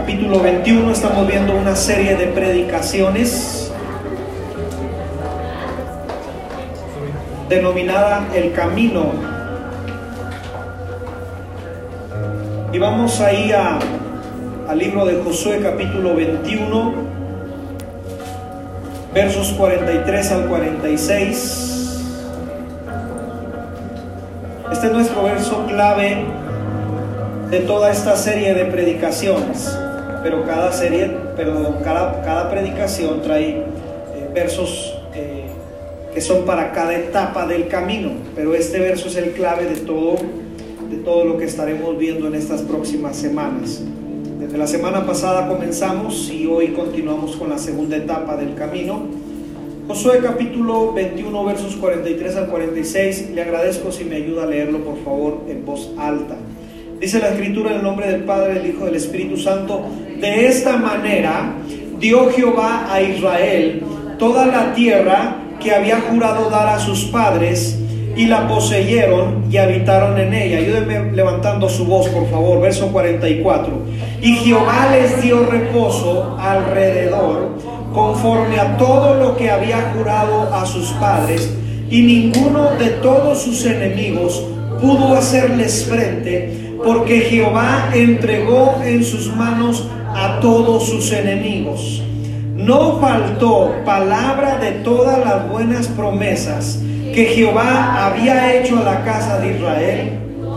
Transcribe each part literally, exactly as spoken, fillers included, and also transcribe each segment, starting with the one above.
capítulo veintiuno. Estamos viendo una serie de predicaciones denominada El Camino, y vamos ahí a, al libro de Josué capítulo veintiuno, versos cuarenta y tres al cuarenta y seis. Este es nuestro verso clave de toda esta serie de predicaciones, pero cada serie, perdón, cada, cada predicación trae eh, versos eh, que son para cada etapa del camino, pero este verso es el clave de todo, de todo lo que estaremos viendo en estas próximas semanas. Desde la semana pasada comenzamos y hoy continuamos con la segunda etapa del camino. Josué capítulo veintiuno, versos cuarenta y tres al cuarenta y seis. Le agradezco si me ayuda a leerlo, por favor, en voz alta. Dice la Escritura, en el nombre del Padre, del Hijo y del Espíritu Santo: de esta manera dio Jehová a Israel toda la tierra que había jurado dar a sus padres, y la poseyeron y habitaron en ella. Ayúdenme levantando su voz, por favor. Verso cuarenta y cuatro. Y Jehová les dio reposo alrededor, conforme a todo lo que había jurado a sus padres, y ninguno de todos sus enemigos pudo hacerles frente, porque Jehová entregó en sus manos a todos sus enemigos. No faltó palabra de todas las buenas promesas que Jehová había hecho a la casa de Israel.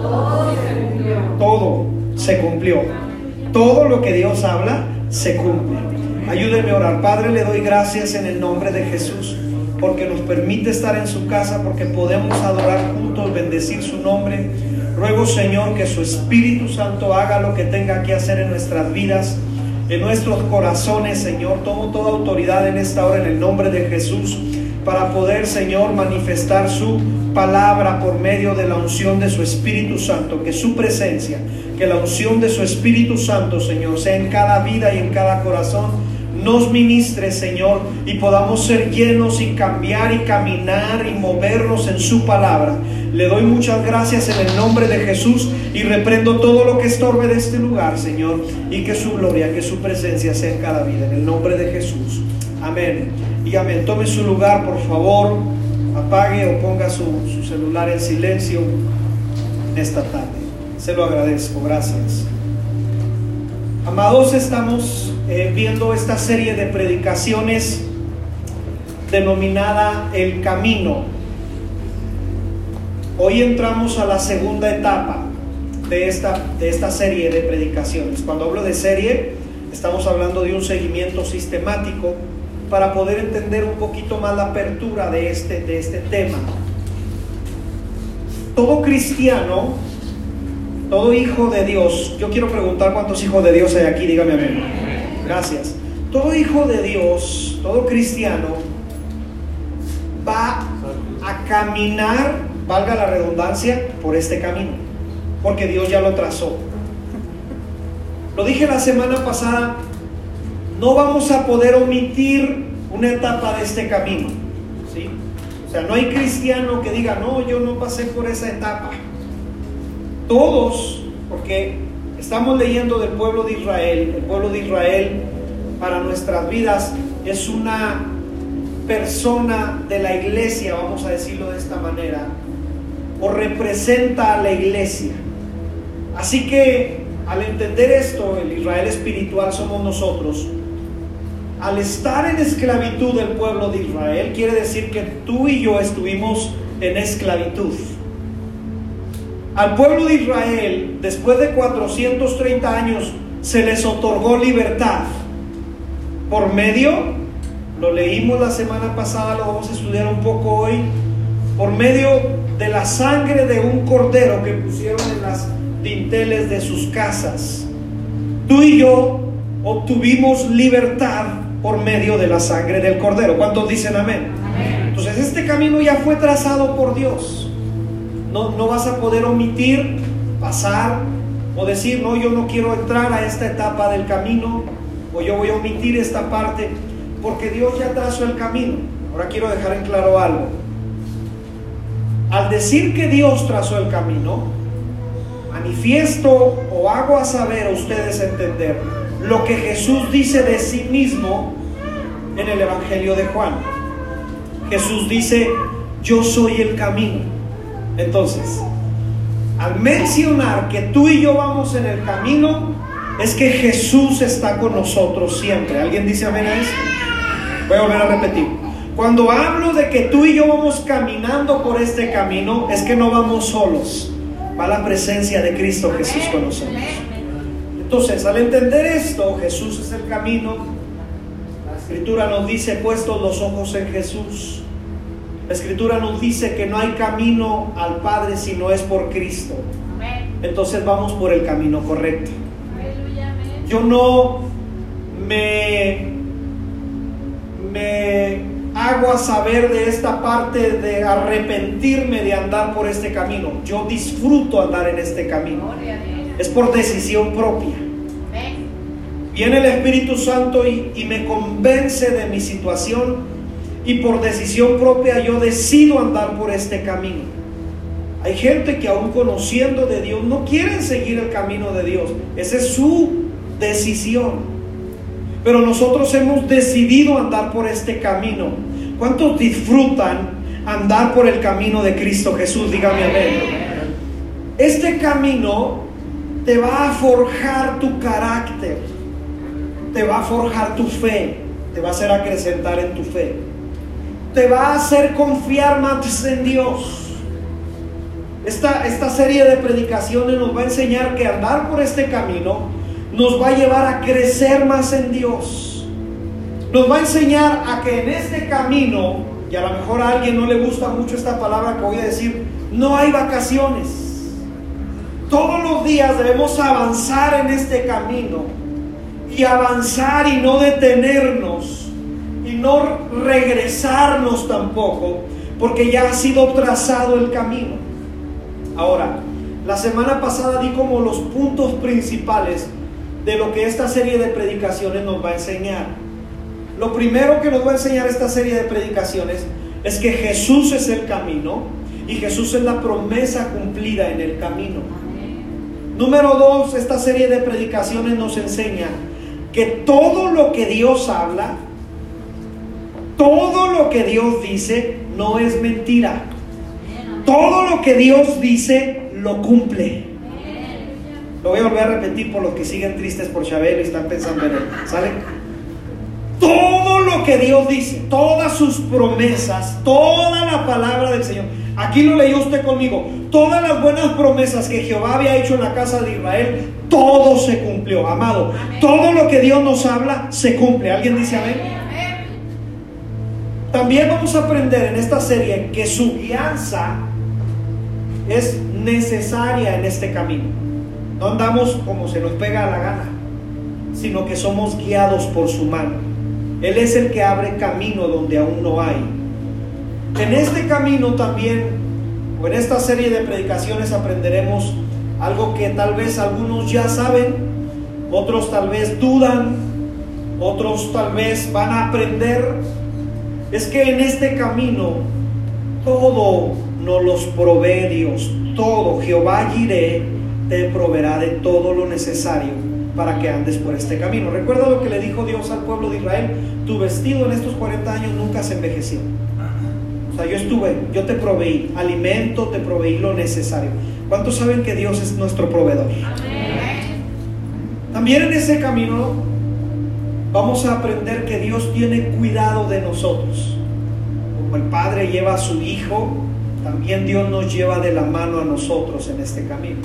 Todo se cumplió. Todo lo que Dios habla se cumple. Ayúdenme a orar. Padre, le doy gracias en el nombre de Jesús, porque nos permite estar en su casa, porque podemos adorar juntos, bendecir su nombre. Ruego, Señor, que su Espíritu Santo haga lo que tenga que hacer en nuestras vidas, en nuestros corazones, Señor. Tomo toda autoridad en esta hora en el nombre de Jesús, para poder, Señor, manifestar su palabra por medio de la unción de su Espíritu Santo. Que su presencia, que la unción de su Espíritu Santo, Señor, sea en cada vida y en cada corazón. Nos ministre, Señor, y podamos ser llenos y cambiar y caminar y movernos en su palabra. Le doy muchas gracias en el nombre de Jesús, y reprendo todo lo que estorbe de este lugar, Señor, y que su gloria, que su presencia sea en cada vida, en el nombre de Jesús. Amén y amén. Tome su lugar, por favor. Apague o ponga su, su celular en silencio en esta tarde. Se lo agradezco. Gracias. Amados, estamos eh, viendo esta serie de predicaciones denominada El Camino. Hoy entramos a la segunda etapa de esta, de esta serie de predicaciones. Cuando hablo de serie, estamos hablando de un seguimiento sistemático para poder entender un poquito más la apertura de este, de este tema. Todo cristiano, todo hijo de Dios, yo quiero preguntar cuántos hijos de Dios hay aquí, dígame amén. Gracias. Todo hijo de Dios, todo cristiano va a caminar, valga la redundancia, por este camino, porque Dios ya lo trazó. Lo dije la semana pasada, no vamos a poder omitir una etapa de este camino, ¿sí? O sea, no hay cristiano que diga, no, yo no pasé por esa etapa. Todos, porque estamos leyendo del pueblo de Israel. El pueblo de Israel para nuestras vidas es una persona de la iglesia, vamos a decirlo de esta manera, o representa a la iglesia. Así que al entender esto, el Israel espiritual somos nosotros. Al estar en esclavitud del pueblo de Israel, quiere decir que tú y yo estuvimos en esclavitud. Al pueblo de Israel, después de cuatrocientos treinta años, se les otorgó libertad por medio, lo leímos la semana pasada, lo vamos a estudiar un poco hoy, por medio de la sangre de un cordero que pusieron en las dinteles de sus casas. Tú y yo obtuvimos libertad por medio de la sangre del cordero. ¿Cuántos dicen amén? Amén. Entonces este camino ya fue trazado por Dios. No, no vas a poder omitir, pasar o decir, no, yo no quiero entrar a esta etapa del camino, o yo voy a omitir esta parte, porque Dios ya trazó el camino. Ahora quiero dejar en claro algo. Al decir que Dios trazó el camino, manifiesto o hago a saber a ustedes entender lo que Jesús dice de sí mismo en el Evangelio de Juan. Jesús dice: yo soy el camino. Entonces, al mencionar que tú y yo vamos en el camino, es que Jesús está con nosotros siempre. ¿Alguien dice amén a eso? Voy a volver a repetir. Cuando hablo de que tú y yo vamos caminando por este camino, es que no vamos solos. Va la presencia de Cristo Jesús con nosotros. Entonces, al entender esto, Jesús es el camino. La Escritura nos dice: puestos los ojos en Jesús. La Escritura nos dice que no hay camino al Padre si no es por Cristo. Entonces vamos por el camino correcto. Yo no me, me hago a saber de esta parte de arrepentirme de andar por este camino. Yo disfruto andar en este camino. Es por decisión propia. Viene el Espíritu Santo y, y me convence de mi situación, y por decisión propia yo decido andar por este camino. Hay gente que aún conociendo de Dios no quieren seguir el camino de Dios. Esa es su decisión. Pero nosotros hemos decidido andar por este camino. ¿Cuántos disfrutan andar por el camino de Cristo Jesús? Dígame amén. Este camino te va a forjar tu carácter, te va a forjar tu fe, te va a hacer acrecentar en tu fe, te va a hacer confiar más en Dios. Esta, esta serie de predicaciones nos va a enseñar que andar por este camino nos va a llevar a crecer más en Dios. Nos va a enseñar a que en este camino, y a lo mejor a alguien no le gusta mucho esta palabra que voy a decir, no hay vacaciones. Todos los días debemos avanzar en este camino, y avanzar y no detenernos, y no regresarnos tampoco, porque ya ha sido trazado el camino. Ahora, la semana pasada di como los puntos principales de lo que esta serie de predicaciones nos va a enseñar. Lo primero que nos va a enseñar esta serie de predicaciones es que Jesús es el camino, y Jesús es la promesa cumplida en el camino. Número dos, esta serie de predicaciones nos enseña que todo lo que Dios habla, todo lo que Dios dice, no es mentira. Todo lo que Dios dice, lo cumple. Lo voy a volver a repetir por los que siguen tristes por Chabelo y están pensando en él. ¿Sale? Todo lo que Dios dice, todas sus promesas, toda la palabra del Señor. Aquí lo leyó usted conmigo. Todas las buenas promesas que Jehová había hecho en la casa de Israel, todo se cumplió, amado. Amén. Todo lo que Dios nos habla, se cumple. ¿Alguien dice amén? Amén. También vamos a aprender en esta serie que su guianza es necesaria en este camino. No andamos como se nos pega a la gana, sino que somos guiados por su mano. Él es el que abre camino donde aún no hay. En este camino también, o en esta serie de predicaciones, aprenderemos algo que tal vez algunos ya saben, otros tal vez dudan, otros tal vez van a aprender. Es que en este camino todo nos los provee Dios. Todo, Jehová Jireh te proveerá de todo lo necesario para que andes por este camino. Recuerda lo que le dijo Dios al pueblo de Israel: tu vestido en estos cuarenta años nunca se envejeció. O sea, yo estuve, yo te proveí alimento, te proveí lo necesario. ¿Cuántos saben que Dios es nuestro proveedor? Amén. También en ese camino vamos a aprender que Dios tiene cuidado de nosotros. Como el Padre lleva a su Hijo, también Dios nos lleva de la mano a nosotros en este camino.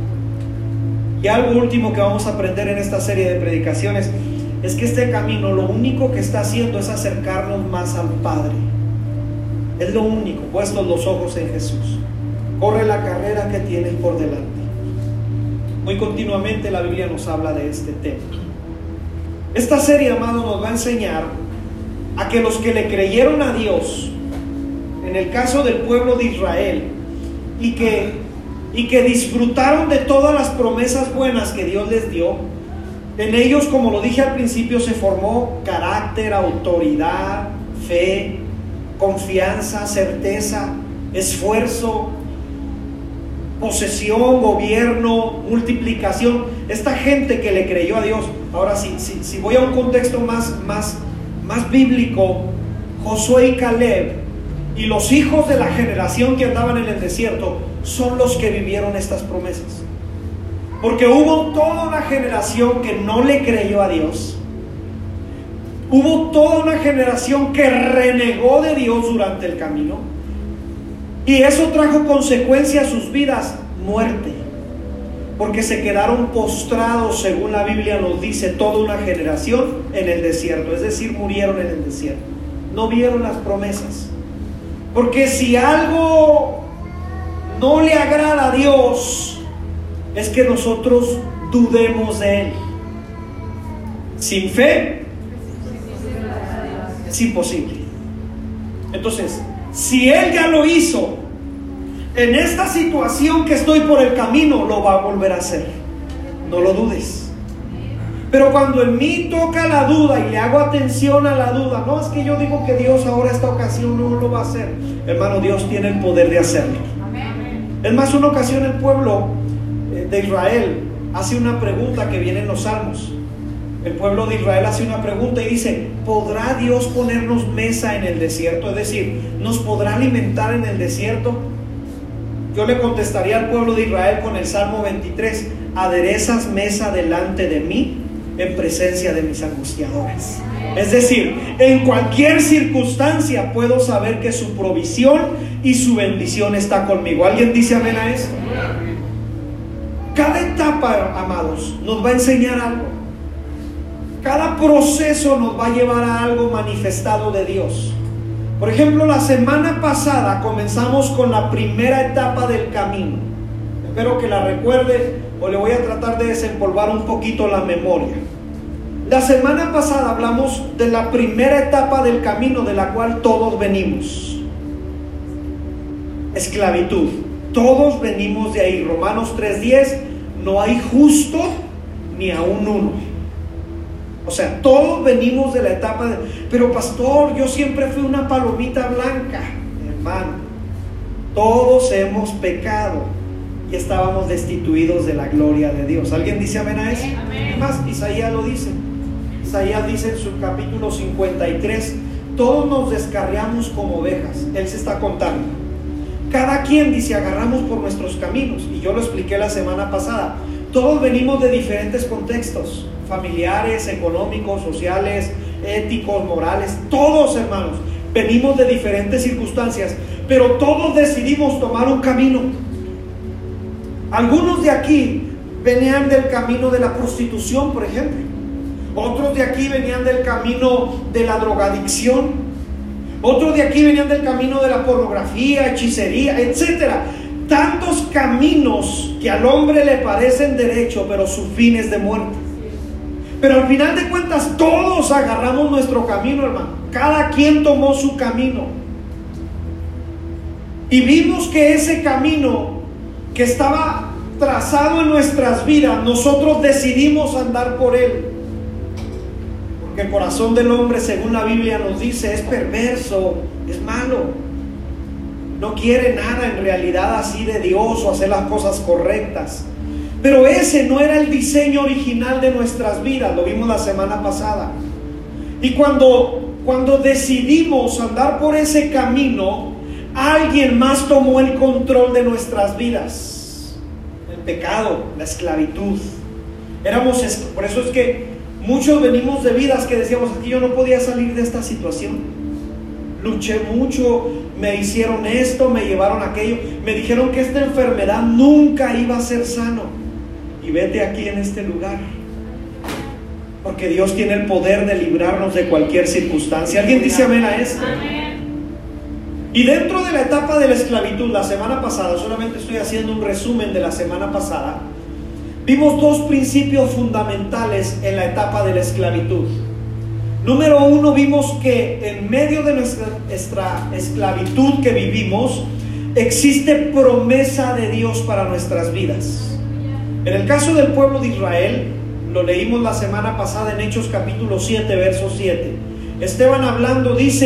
Y algo último que vamos a aprender en esta serie de predicaciones es que este camino lo único que está haciendo es acercarnos más al Padre. Es lo único, puestos los ojos en Jesús. Corre la carrera que tienes por delante. Muy continuamente la Biblia nos habla de este tema. Esta serie, amado, nos va a enseñar a que los que le creyeron a Dios, en el caso del pueblo de Israel, y que, y que disfrutaron de todas las promesas buenas que Dios les dio, en ellos, como lo dije al principio, se formó carácter, autoridad, fe, confianza, certeza, esfuerzo. posesión, gobierno, multiplicación. Esta gente que le creyó a Dios. Ahora sí, si, si voy a un contexto más, más, más bíblico, Josué y Caleb y los hijos de la generación que andaban en el desierto son los que vivieron estas promesas. Porque hubo toda una generación que no le creyó a Dios. Hubo toda una generación que renegó de Dios durante el camino. Y eso trajo consecuencia a sus vidas, muerte. Porque se quedaron postrados, según la Biblia nos dice, toda una generación en el desierto. Es decir, murieron en el desierto. No vieron las promesas. Porque si algo no le agrada a Dios, es que nosotros dudemos de Él. Sin fe es imposible. Entonces, si Él ya lo hizo, en esta situación que estoy por el camino, lo va a volver a hacer. No lo dudes. Pero cuando en mí toca la duda y le hago atención a la duda, no es que yo digo que Dios ahora esta ocasión no lo va a hacer. Hermano, Dios tiene el poder de hacerlo. Es más, una ocasión el pueblo de Israel hace una pregunta que viene en los Salmos. El pueblo de Israel hace una pregunta y dice: ¿podrá Dios ponernos mesa en el desierto? Es decir, ¿nos podrá alimentar en el desierto? Yo le contestaría al pueblo de Israel con el Salmo veintitrés: aderezas mesa delante de mí en presencia de mis angustiadores. Es decir, en cualquier circunstancia puedo saber que su provisión y su bendición está conmigo. ¿Alguien dice amén a esto? Cada etapa, amados, nos va a enseñar algo. Cada proceso nos va a llevar a algo manifestado de Dios. Por ejemplo, la semana pasada comenzamos con la primera etapa del camino. Espero que la recuerde, o le voy a tratar de desempolvar un poquito la memoria. La semana pasada hablamos de la primera etapa del camino, de la cual todos venimos. Esclavitud. Todos venimos de ahí. Romanos tres diez: no hay justo ni aún uno. O sea, todos venimos de la etapa de... Pero pastor, yo siempre fui una palomita blanca. Hermano, todos hemos pecado y estábamos destituidos de la gloria de Dios. ¿Alguien dice amén a eso? Amén. Más, Isaías lo dice. Isaías dice en su capítulo cincuenta y tres: todos nos descarriamos como ovejas. Él se está contando. Cada quien, dice, agarramos por nuestros caminos. Y yo lo expliqué la semana pasada. Todos venimos de diferentes contextos, familiares, económicos, sociales, éticos, morales. Todos, hermanos, venimos de diferentes circunstancias, pero todos decidimos tomar un camino. Algunos de aquí venían del camino de la prostitución, por ejemplo. Otros de aquí venían del camino de la drogadicción. Otros de aquí venían del camino de la pornografía, hechicería, etcétera. Tantos caminos que al hombre le parecen derecho, pero su fin es de muerte. Pero al final de cuentas todos agarramos nuestro camino, hermano. Cada quien tomó su camino. Y vimos que ese camino que estaba trazado en nuestras vidas, nosotros decidimos andar por él. Porque el corazón del hombre, según la Biblia nos dice, es perverso, es malo. No quiere nada en realidad así de Dios o hacer las cosas correctas. Pero ese no era el diseño original de nuestras vidas. Lo vimos la semana pasada. Y cuando, cuando decidimos andar por ese camino, alguien más tomó el control de nuestras vidas. El pecado, la esclavitud. Éramos, por eso es que muchos venimos de vidas que decíamos: aquí yo no podía salir de esta situación. Luché mucho, me hicieron esto, me llevaron aquello, me dijeron que esta enfermedad nunca iba a ser sano. Y vete aquí en este lugar. Porque Dios tiene el poder de librarnos de cualquier circunstancia. ¿Alguien dice amén a esto? Amén. Y dentro de la etapa de la esclavitud, la semana pasada, solamente estoy haciendo un resumen de la semana pasada, vimos dos principios fundamentales en la etapa de la esclavitud. Número uno, vimos que en medio de nuestra, nuestra esclavitud que vivimos, existe promesa de Dios para nuestras vidas. En el caso del pueblo de Israel, lo leímos la semana pasada en Hechos capítulo siete, verso siete. Esteban hablando dice: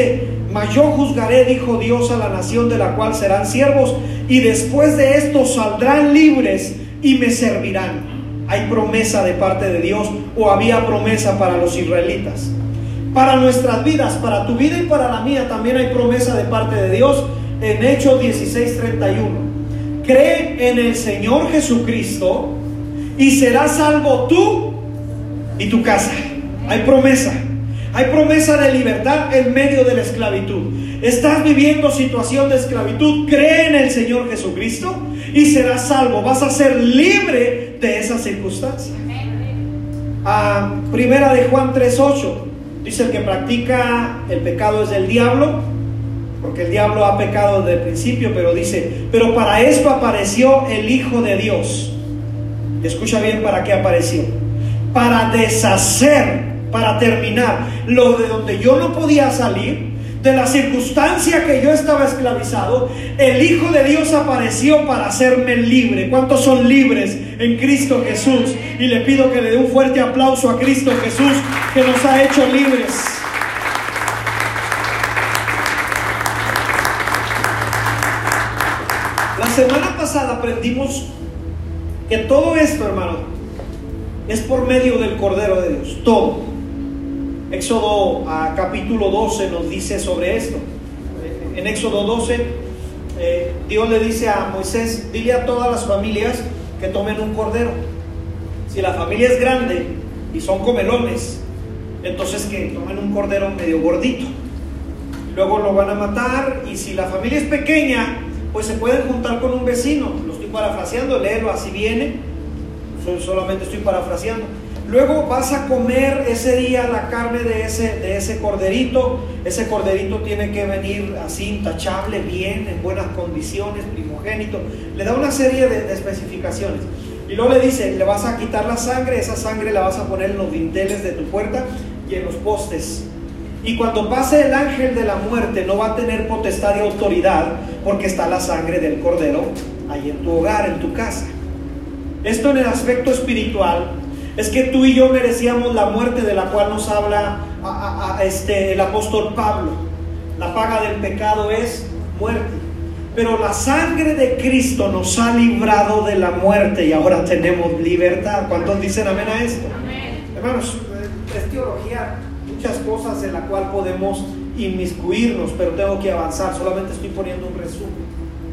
Mas yo juzgaré, dijo Dios, a la nación de la cual serán siervos, y después de esto saldrán libres y me servirán. Hay promesa de parte de Dios, o había promesa para los israelitas. Para nuestras vidas, para tu vida y para la mía, también hay promesa de parte de Dios en Hechos dieciséis treinta y uno. Cree en el Señor Jesucristo y serás salvo tú y tu casa. Hay promesa. Hay promesa de libertad en medio de la esclavitud. Estás viviendo situación de esclavitud. Cree en el Señor Jesucristo y serás salvo. Vas a ser libre de esa circunstancia. Ah, primera de Juan tres ocho dice: el que practica el pecado es del diablo, porque el diablo ha pecado desde el principio. Pero dice: pero para esto apareció el Hijo de Dios. Escucha bien, ¿para qué apareció? Para deshacer, para terminar lo de donde yo no podía salir, de la circunstancia que yo estaba esclavizado. El Hijo de Dios apareció para hacerme libre. ¿Cuántos son libres en Cristo Jesús? Y le pido que le dé un fuerte aplauso a Cristo Jesús, que nos ha hecho libres. La semana pasada aprendimos que todo esto, hermano, es por medio del Cordero de Dios. Todo. Éxodo a capítulo doce nos dice sobre esto. En Éxodo doce, eh, Dios le dice a Moisés: dile a todas las familias que tomen un cordero. Si la familia es grande y son comelones, entonces que tomen un cordero medio gordito. Luego lo van a matar. Y si la familia es pequeña, pues se pueden juntar con un vecino. Lo estoy parafraseando, léelo, así viene. Solamente estoy parafraseando. Luego vas a comer ese día la carne de ese, de ese corderito. Ese corderito tiene que venir así, intachable, bien, en buenas condiciones, primogénito. Le da una serie de, de especificaciones. Y luego le dice: le vas a quitar la sangre. Esa sangre la vas a poner en los dinteles de tu puerta y en los postes. Y cuando pase el ángel de la muerte, no va a tener potestad y autoridad, porque está la sangre del cordero ahí en tu hogar, en tu casa. Esto en el aspecto espiritual es que tú y yo merecíamos la muerte, de la cual nos habla a, a, a este, el apóstol Pablo. La paga del pecado es muerte, pero la sangre de Cristo nos ha librado de la muerte y ahora tenemos libertad. ¿Cuántos dicen amén a esto? Amén. Hermanos, es teología, muchas cosas en la cual podemos inmiscuirnos, pero tengo que avanzar. Solamente estoy poniendo un resumen.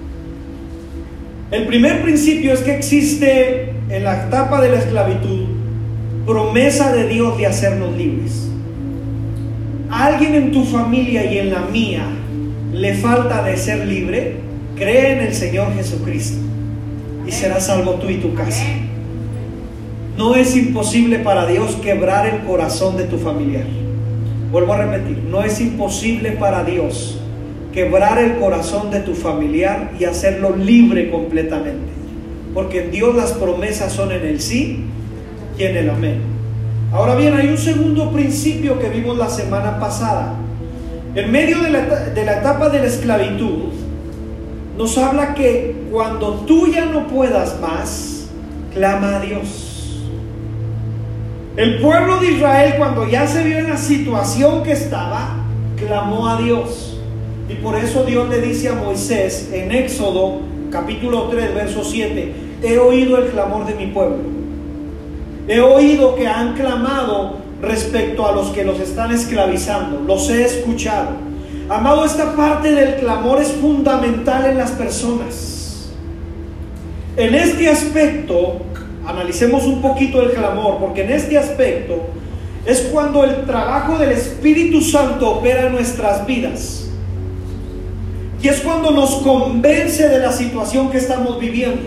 El primer principio es que existe en la etapa de la esclavitud promesa de Dios de hacernos libres. ¿A alguien en tu familia y en la mía le falta de ser libre? Cree en el Señor Jesucristo y serás salvo tú y tu casa. No es imposible para Dios quebrar el corazón de tu familiar. Vuelvo a repetir: no es imposible para Dios quebrar el corazón de tu familiar y hacerlo libre completamente, porque en Dios las promesas son en el sí y en el amén. Ahora bien, hay un segundo principio que vimos la semana pasada. En medio de la, de la etapa de la esclavitud, nos habla que cuando tú ya no puedas más, clama a Dios. El pueblo de Israel, cuando ya se vio en la situación que estaba, clamó a Dios. Y por eso Dios le dice a Moisés en Éxodo capítulo tres verso siete: he oído el clamor de mi pueblo, he oído que han clamado respecto a los que los están esclavizando, los he escuchado. Amado, esta parte del clamor es fundamental en las personas. En este aspecto, analicemos un poquito el clamor, porque en este aspecto es cuando el trabajo del Espíritu Santo opera en nuestras vidas. Y es cuando nos convence de la situación que estamos viviendo.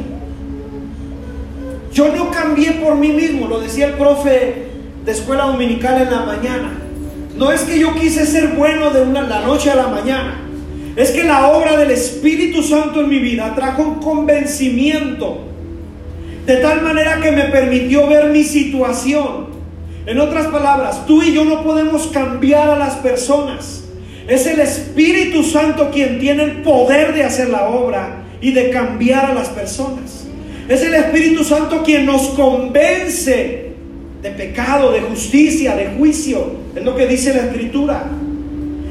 Yo no cambié por mí mismo, lo decía el profe de escuela dominical en la mañana. No es que yo quise ser bueno de una, la noche a la mañana. Es que la obra del Espíritu Santo en mi vida trajo un convencimiento, de tal manera que me permitió ver mi situación. En otras palabras, tú y yo no podemos cambiar a las personas. Es el Espíritu Santo quien tiene el poder de hacer la obra y de cambiar a las personas. Es el Espíritu Santo quien nos convence de pecado, de justicia, de juicio. Es lo que dice la Escritura.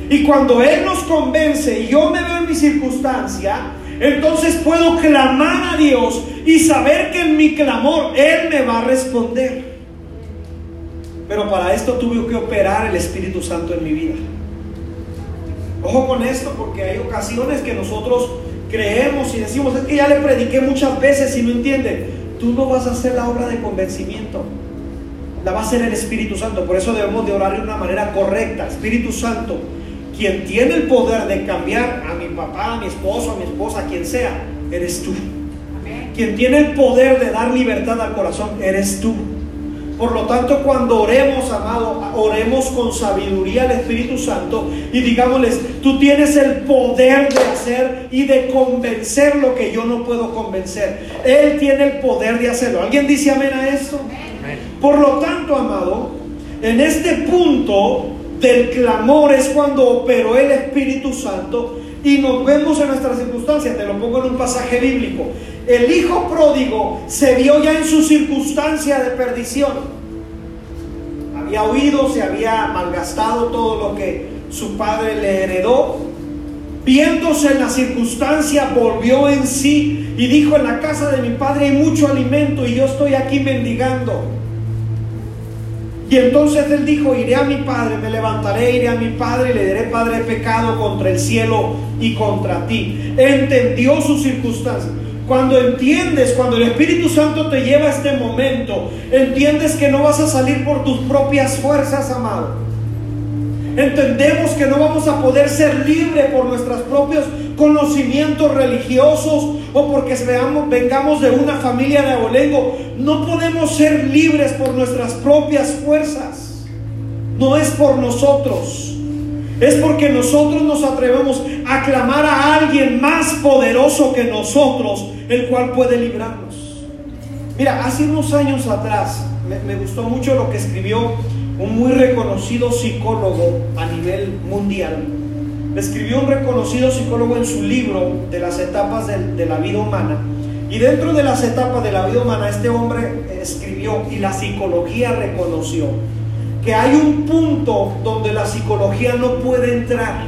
Y cuando Él nos convence y yo me veo en mi circunstancia, entonces puedo clamar a Dios y saber que en mi clamor Él me va a responder. Pero para esto tuve que operar el Espíritu Santo en mi vida. Ojo con esto, porque hay ocasiones que nosotros creemos y decimos: es que ya le prediqué muchas veces y no entienden. Tú no vas a hacer la obra de convencimiento, la va a hacer el Espíritu Santo. Por eso debemos de orar de una manera correcta. Espíritu Santo, quien tiene el poder de cambiar a mi papá, a mi esposo, a mi esposa, a quien sea, eres tú. Quien tiene el poder de dar libertad al corazón, eres tú. Por lo tanto, cuando oremos, amado, oremos con sabiduría al Espíritu Santo y digámosles: tú tienes el poder de hacer y de convencer lo que yo no puedo convencer. Él tiene el poder de hacerlo. ¿Alguien dice amén a esto? Amén. Por lo tanto, amado, en este punto del clamor es cuando operó el Espíritu Santo y nos vemos en nuestras circunstancias. Te lo pongo en un pasaje bíblico. El hijo pródigo se vio ya en su circunstancia de perdición. Había huido, se había malgastado todo lo que su padre le heredó. Viéndose en la circunstancia, volvió en sí y dijo: en la casa de mi padre hay mucho alimento y yo estoy aquí mendigando. Y entonces él dijo: iré a mi padre, me levantaré, iré a mi padre y le diré: Padre, he pecado contra el cielo y contra ti. Entendió su circunstancia. Cuando entiendes, cuando el Espíritu Santo te lleva a este momento, entiendes que no vas a salir por tus propias fuerzas, amado. Entendemos que no vamos a poder ser libres por nuestros propios conocimientos religiosos o porque veamos, vengamos de una familia de abolengo. No podemos ser libres por nuestras propias fuerzas. No es por nosotros. Es porque nosotros nos atrevemos a clamar a alguien más poderoso que nosotros, el cual puede librarnos. Mira, hace unos años atrás me, me gustó mucho lo que escribió un muy reconocido psicólogo a nivel mundial. Escribió un reconocido psicólogo en su libro de las etapas de, de la vida humana. Y dentro de las etapas de la vida humana, este hombre escribió, y la psicología reconoció, que hay un punto donde la psicología no puede entrar.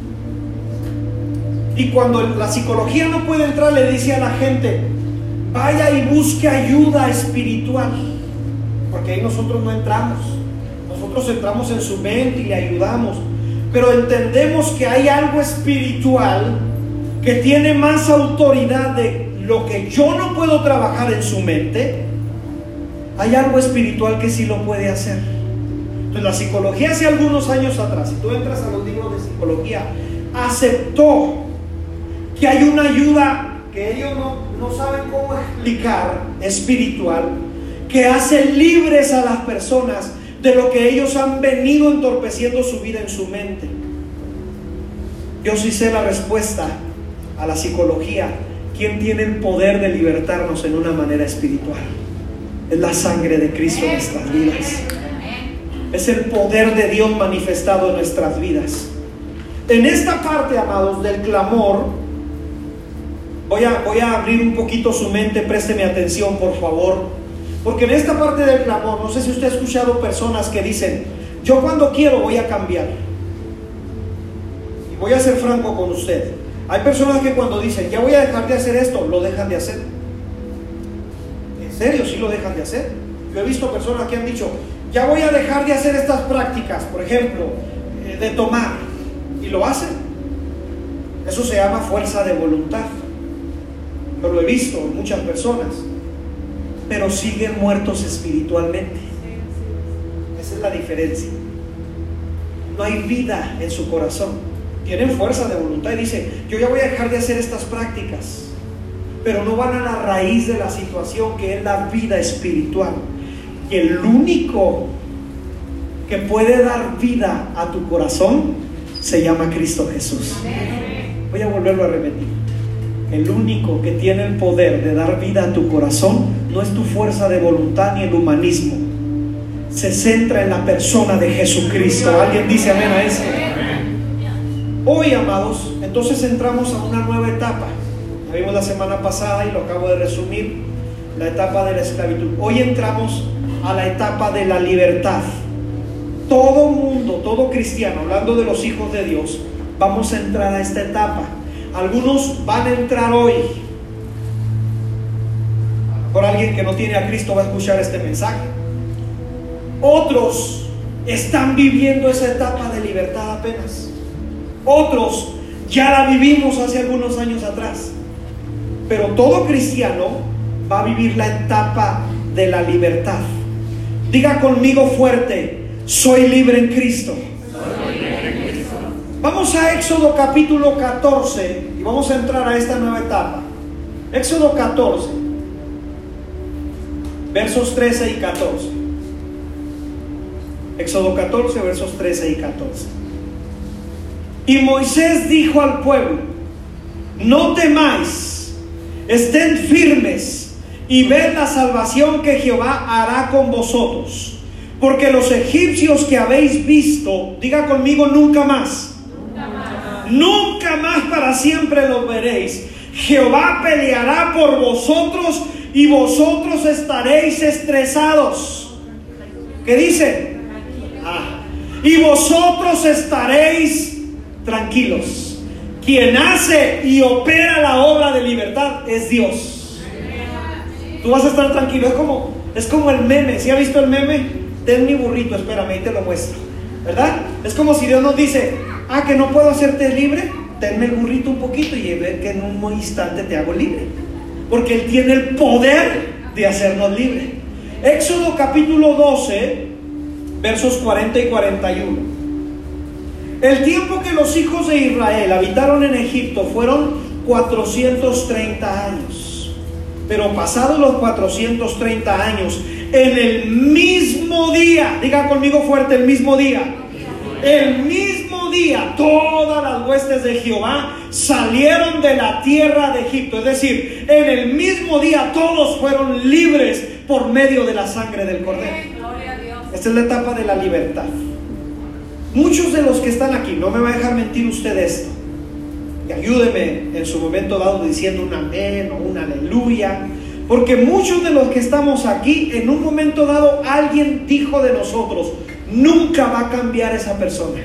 Y cuando la psicología no puede entrar, le dice a la gente: vaya y busque ayuda espiritual, porque ahí nosotros no entramos. Nosotros entramos en su mente y le ayudamos, pero entendemos que hay algo espiritual que tiene más autoridad de lo que yo no puedo trabajar en su mente. Hay algo espiritual que sí lo puede hacer. Entonces la psicología, hace algunos años atrás, si tú entras a los libros de psicología, aceptó que hay una ayuda que ellos no, no saben cómo explicar, espiritual, que hace libres a las personas de lo que ellos han venido entorpeciendo su vida en su mente. Yo sí sé la respuesta a la psicología. ¿Quién tiene el poder de libertarnos en una manera espiritual? Es la sangre de Cristo en nuestras vidas. Es el poder de Dios manifestado en nuestras vidas. En esta parte, amados, del clamor, voy a, voy a abrir un poquito su mente. Présteme atención, por favor. Porque en esta parte del clamor, no sé si usted ha escuchado personas que dicen: yo cuando quiero voy a cambiar. Y voy a ser franco con usted. Hay personas que cuando dicen: ya voy a dejar de hacer esto, lo dejan de hacer. En serio, sí lo dejan de hacer. Yo he visto personas que han dicho: ya voy a dejar de hacer estas prácticas, por ejemplo, eh, de tomar, y lo hacen. Eso se llama fuerza de voluntad. Yo lo he visto en muchas personas, pero siguen muertos espiritualmente. Esa es la diferencia. No hay vida en su corazón. Tienen fuerza de voluntad y dicen: yo ya voy a dejar de hacer estas prácticas, pero no van a la raíz de la situación, que es la vida espiritual. Y el único que puede dar vida a tu corazón se llama Cristo Jesús. Voy a volverlo a repetir. El único que tiene el poder de dar vida a tu corazón no es tu fuerza de voluntad ni el humanismo. Se centra en la persona de Jesucristo. ¿Alguien dice amén a eso? Hoy, amados, entonces entramos a una nueva etapa. La vimos la semana pasada y lo acabo de resumir: la etapa de la esclavitud. Hoy entramos a la etapa de la libertad. todo mundo, todo cristiano, hablando de los hijos de Dios, vamos a entrar a esta etapa. Algunos van a entrar hoy. Por alguien que no tiene a Cristo va a escuchar este mensaje. Otros están viviendo esa etapa de libertad apenas. Otros ya la vivimos hace algunos años atrás. Pero todo cristiano va a vivir la etapa de la libertad. Diga conmigo fuerte: soy libre en Cristo. Soy libre en Cristo. Vamos a Éxodo capítulo catorce y vamos a entrar a esta nueva etapa. Éxodo catorce, versos trece y catorce. Éxodo catorce, versos trece y catorce. Y Moisés dijo al pueblo: no temáis, estén firmes y ved la salvación que Jehová hará con vosotros, porque los egipcios que habéis visto, diga conmigo, nunca más, Nunca más. nunca más para siempre los veréis. Jehová peleará por vosotros y vosotros estaréis estresados. ¿Qué dice? Ah, y vosotros estaréis tranquilos. Quien hace y opera la obra de libertad es Dios. Tú vas a estar tranquilo. Es como, es como el meme. ¿Sí ha visto el meme? Ten mi burrito, espérame y te lo muestro, ¿verdad? Es como si Dios nos dice: ah, que no puedo hacerte libre, tenme el burrito un poquito y ver que en un instante te hago libre, porque Él tiene el poder de hacernos libre. Éxodo capítulo doce, versos cuarenta y cuarenta y uno. El tiempo que los hijos de Israel habitaron en Egipto fueron cuatrocientos treinta años. Pero pasados los cuatrocientos treinta años, en el mismo día, diga conmigo fuerte, el mismo día, el mismo día, todas las huestes de Jehová salieron de la tierra de Egipto. Es decir, en el mismo día todos fueron libres por medio de la sangre del Cordero. Esta es la etapa de la libertad. Muchos de los que están aquí, no me va a dejar mentir usted esto, y ayúdeme en su momento dado diciendo un amén o un aleluya, porque muchos de los que estamos aquí, en un momento dado alguien dijo de nosotros: nunca va a cambiar esa persona.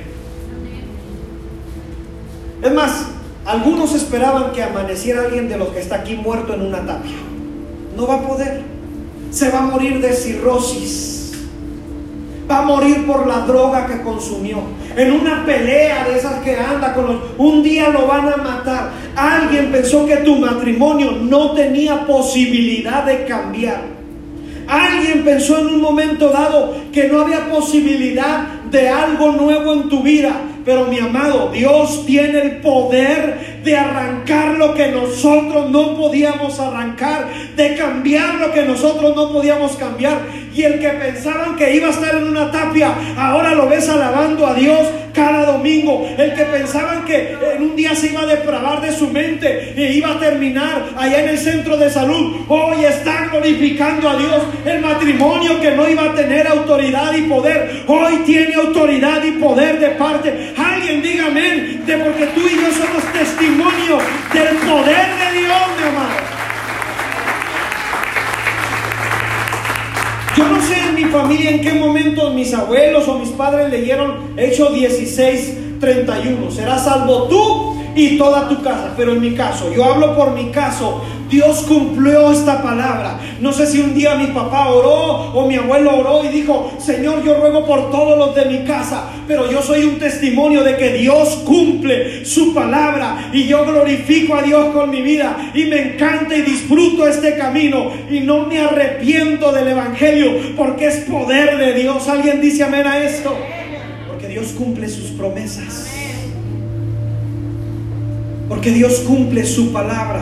Es más, algunos esperaban que amaneciera alguien de los que está aquí muerto en una tapia. No va a poder. Se va a morir de cirrosis. Va a morir por la droga que consumió, en una pelea de esas que anda con los... Un día lo van a matar. Alguien pensó que tu matrimonio no tenía posibilidad de cambiar. Alguien pensó en un momento dado que no había posibilidad de algo nuevo en tu vida. Pero mi amado, Dios tiene el poder de arrancar lo que nosotros no podíamos arrancar, de cambiar lo que nosotros no podíamos cambiar. Y el que pensaban que iba a estar en una tapia, ahora lo ves alabando a Dios cada domingo. El que pensaban que en un día se iba a depravar de su mente e iba a terminar allá en el centro de salud, hoy está glorificando a Dios. El matrimonio que no iba a tener autoridad y poder, hoy tiene autoridad y poder de parte. Alguien diga amén, de porque tú y yo somos testimonio del poder de Dios, mi amado. Yo no sé en mi familia en qué momento mis abuelos o mis padres leyeron Hechos dieciséis treinta y uno. Serás salvo tú y toda tu casa. Pero en mi caso, yo hablo por mi caso, Dios cumplió esta palabra. No sé si un día mi papá oró o mi abuelo oró y dijo: Señor, yo ruego por todos los de mi casa. Pero yo soy un testimonio de que Dios cumple su palabra, y yo glorifico a Dios con mi vida y me encanta y disfruto este camino y no me arrepiento del evangelio, porque es poder de Dios. ¿Alguien dice amén a esto? Porque Dios cumple sus promesas, porque Dios cumple su palabra.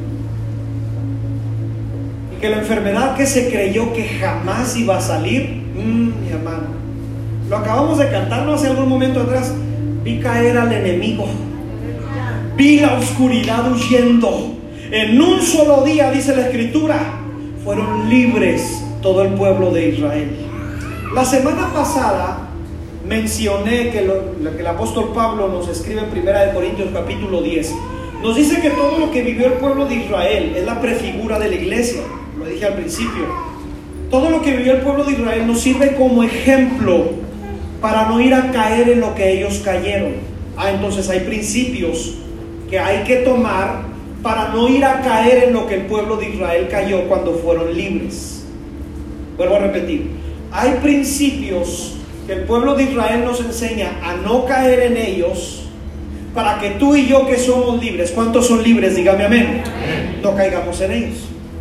Que la enfermedad que se creyó que jamás iba a salir, mmm, mi hermano, lo acabamos de cantar no hace algún momento atrás. Vi caer al enemigo, vi la oscuridad huyendo. En un solo día, dice la escritura, fueron libres todo el pueblo de Israel. La semana pasada mencioné que lo, lo que el apóstol Pablo nos escribe en primera de Corintios capítulo diez. Nos dice que todo lo que vivió el pueblo de Israel es la prefigura de la iglesia. Lo dije al principio. Todo lo que vivió el pueblo de Israel nos sirve como ejemplo para no ir a caer en lo que ellos cayeron. Ah, entonces hay principios que hay que tomar para no ir a caer en lo que el pueblo de Israel cayó cuando fueron libres. Vuelvo a repetir, hay principios que el pueblo de Israel nos enseña a no caer en ellos, para que tú y yo que somos libres, ¿cuántos son libres? Dígame amén. Amén. No caigamos en ellos.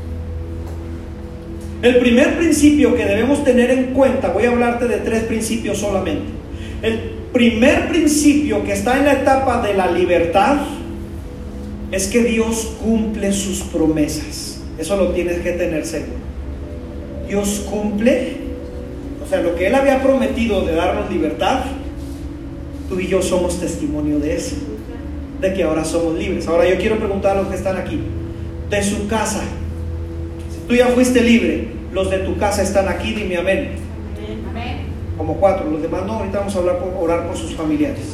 El primer principio que debemos tener en cuenta, voy a hablarte de tres principios solamente. El primer principio que está en la etapa de la libertad es que Dios cumple sus promesas. Eso lo tienes que tener seguro. Dios cumple, o sea, lo que Él había prometido de darnos libertad, tú y yo somos testimonio de eso, de que ahora somos libres. Ahora yo quiero preguntar a los que están aquí, de su casa, si tú ya fuiste libre, los de tu casa están aquí, dime amén. Amén. Como cuatro, los demás no, ahorita vamos a hablar por, orar por sus familiares.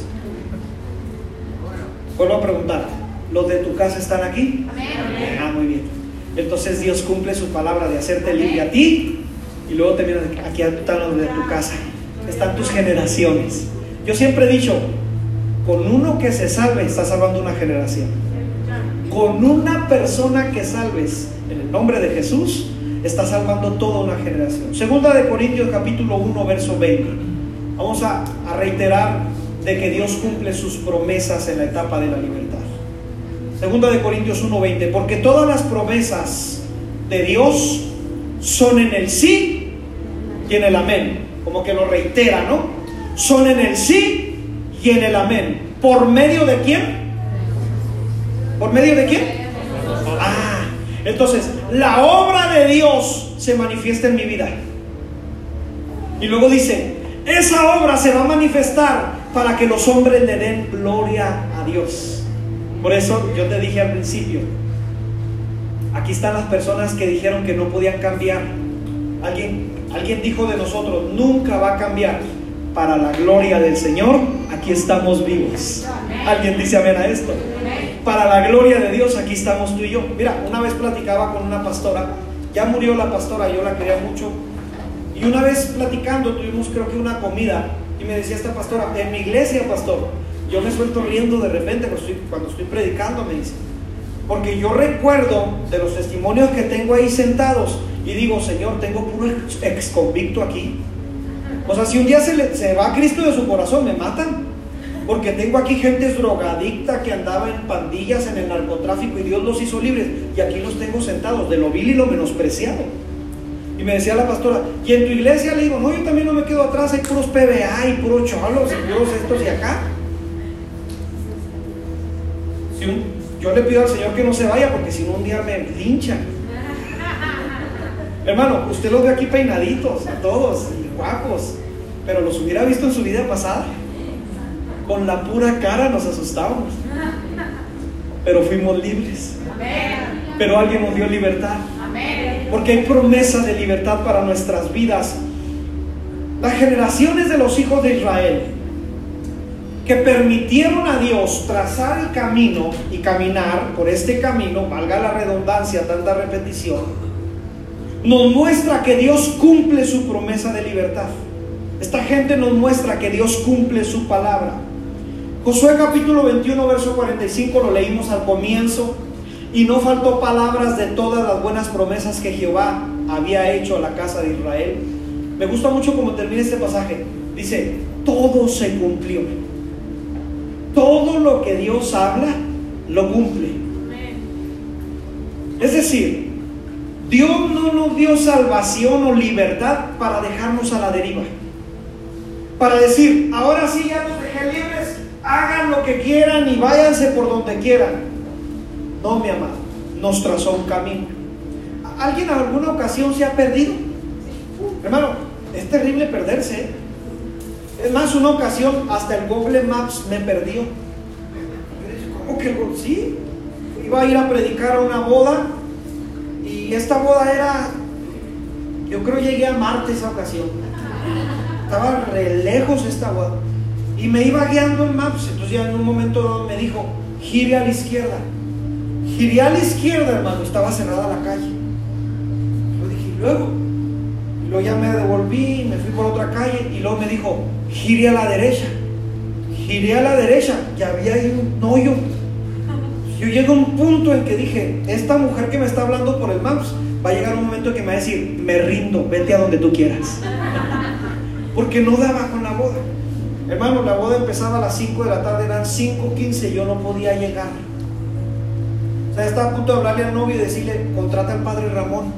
Vuelvo a preguntar, ¿los de tu casa están aquí? Amén. Ah, muy bien. Entonces Dios cumple su palabra de hacerte libre a ti, y luego te vienen aquí, están los de tu casa, están tus generaciones. Yo siempre he dicho, con uno que se salve, está salvando una generación. Con una persona que salves, en el nombre de Jesús, está salvando toda una generación. Segunda de Corintios capítulo uno, verso veinte. Vamos a, a reiterar de que Dios cumple sus promesas en la etapa de la libertad. Segunda de Corintios uno, veinte. Porque todas las promesas de Dios son en el sí y en el amén. Como que lo reitera, ¿no? Son en el sí y en el amén. ¿Por medio de quién? ¿Por medio de quién? Ah, entonces la obra de Dios se manifiesta en mi vida. Y luego dice, esa obra se va a manifestar para que los hombres le den gloria a Dios. Por eso yo te dije al principio, aquí están las personas que dijeron que no podían cambiar. Alguien, alguien dijo de nosotros, nunca va a cambiar. Para la gloria del Señor, aquí estamos vivos. ¿Alguien dice amén a esto? Para la gloria de Dios, aquí estamos tú y yo. Mira, una vez platicaba con una pastora, ya murió la pastora, yo la quería mucho, y una vez platicando, tuvimos creo que una comida, y me decía esta pastora, en mi iglesia, pastor, yo me suelto riendo de repente cuando estoy, cuando estoy predicando, me dice, porque yo recuerdo de los testimonios que tengo ahí sentados, y digo, Señor, tengo puro ex, ex convicto aquí. O sea, si un día se, le, se va a Cristo de su corazón, me matan. Porque tengo aquí gente drogadicta que andaba en pandillas, en el narcotráfico, y Dios los hizo libres. Y aquí los tengo sentados, de lo vil y lo menospreciado. Y me decía la pastora, ¿y en tu iglesia? Le digo, no, yo también no me quedo atrás, hay puros P B A y puros cholos y puros estos y acá. Si un, yo le pido al Señor que no se vaya, porque si no un día me lincha. Hermano, usted los ve aquí peinaditos, a todos, y guapos, pero los hubiera visto en su vida pasada. Con la pura cara nos asustábamos, pero fuimos libres. Pero alguien nos dio libertad, porque hay promesa de libertad para nuestras vidas. Las generaciones de los hijos de Israel que permitieron a Dios trazar el camino y caminar por este camino, valga la redundancia, tanta repetición, nos muestra que Dios cumple su promesa de libertad. Esta gente nos muestra que Dios cumple su palabra. Josué capítulo veintiuno, verso cuarenta y cinco, lo leímos al comienzo. Y no faltó palabras de todas las buenas promesas que Jehová había hecho a la casa de Israel. Me gusta mucho cómo termina este pasaje. Dice, todo se cumplió. Todo lo que Dios habla, lo cumple. Es decir, Dios no nos dio salvación o libertad para dejarnos a la deriva, para decir, ahora sí ya los dejé libres, hagan lo que quieran y váyanse por donde quieran. No, mi amado, nos trazó un camino. ¿Alguien en alguna ocasión se ha perdido? Hermano, es terrible perderse. Es más, una ocasión hasta el Google Maps me perdió. ¿Cómo que sí? Iba a ir a predicar a una boda, y esta boda era, yo creo llegué a Marte esa ocasión. Estaba re lejos esta boda, y me iba guiando en Maps. Entonces ya en un momento me dijo, gire a la izquierda. Giré a la izquierda, hermano, estaba cerrada la calle. Yo dije, ¿y luego? Y luego ya me devolví, me fui por otra calle, y luego me dijo, Giré a la derecha, giré a la derecha y había ahí un hoyo. Yo llego a un punto en que dije, esta mujer que me está hablando por el Maps, va a llegar un momento en que me va a decir, me rindo, vete a donde tú quieras. Porque no daba con la boda. Hermano, la boda empezaba a las cinco de la tarde, eran cinco quince, yo no podía llegar. O sea, estaba a punto de hablarle al novio y decirle, contrata al padre Ramón.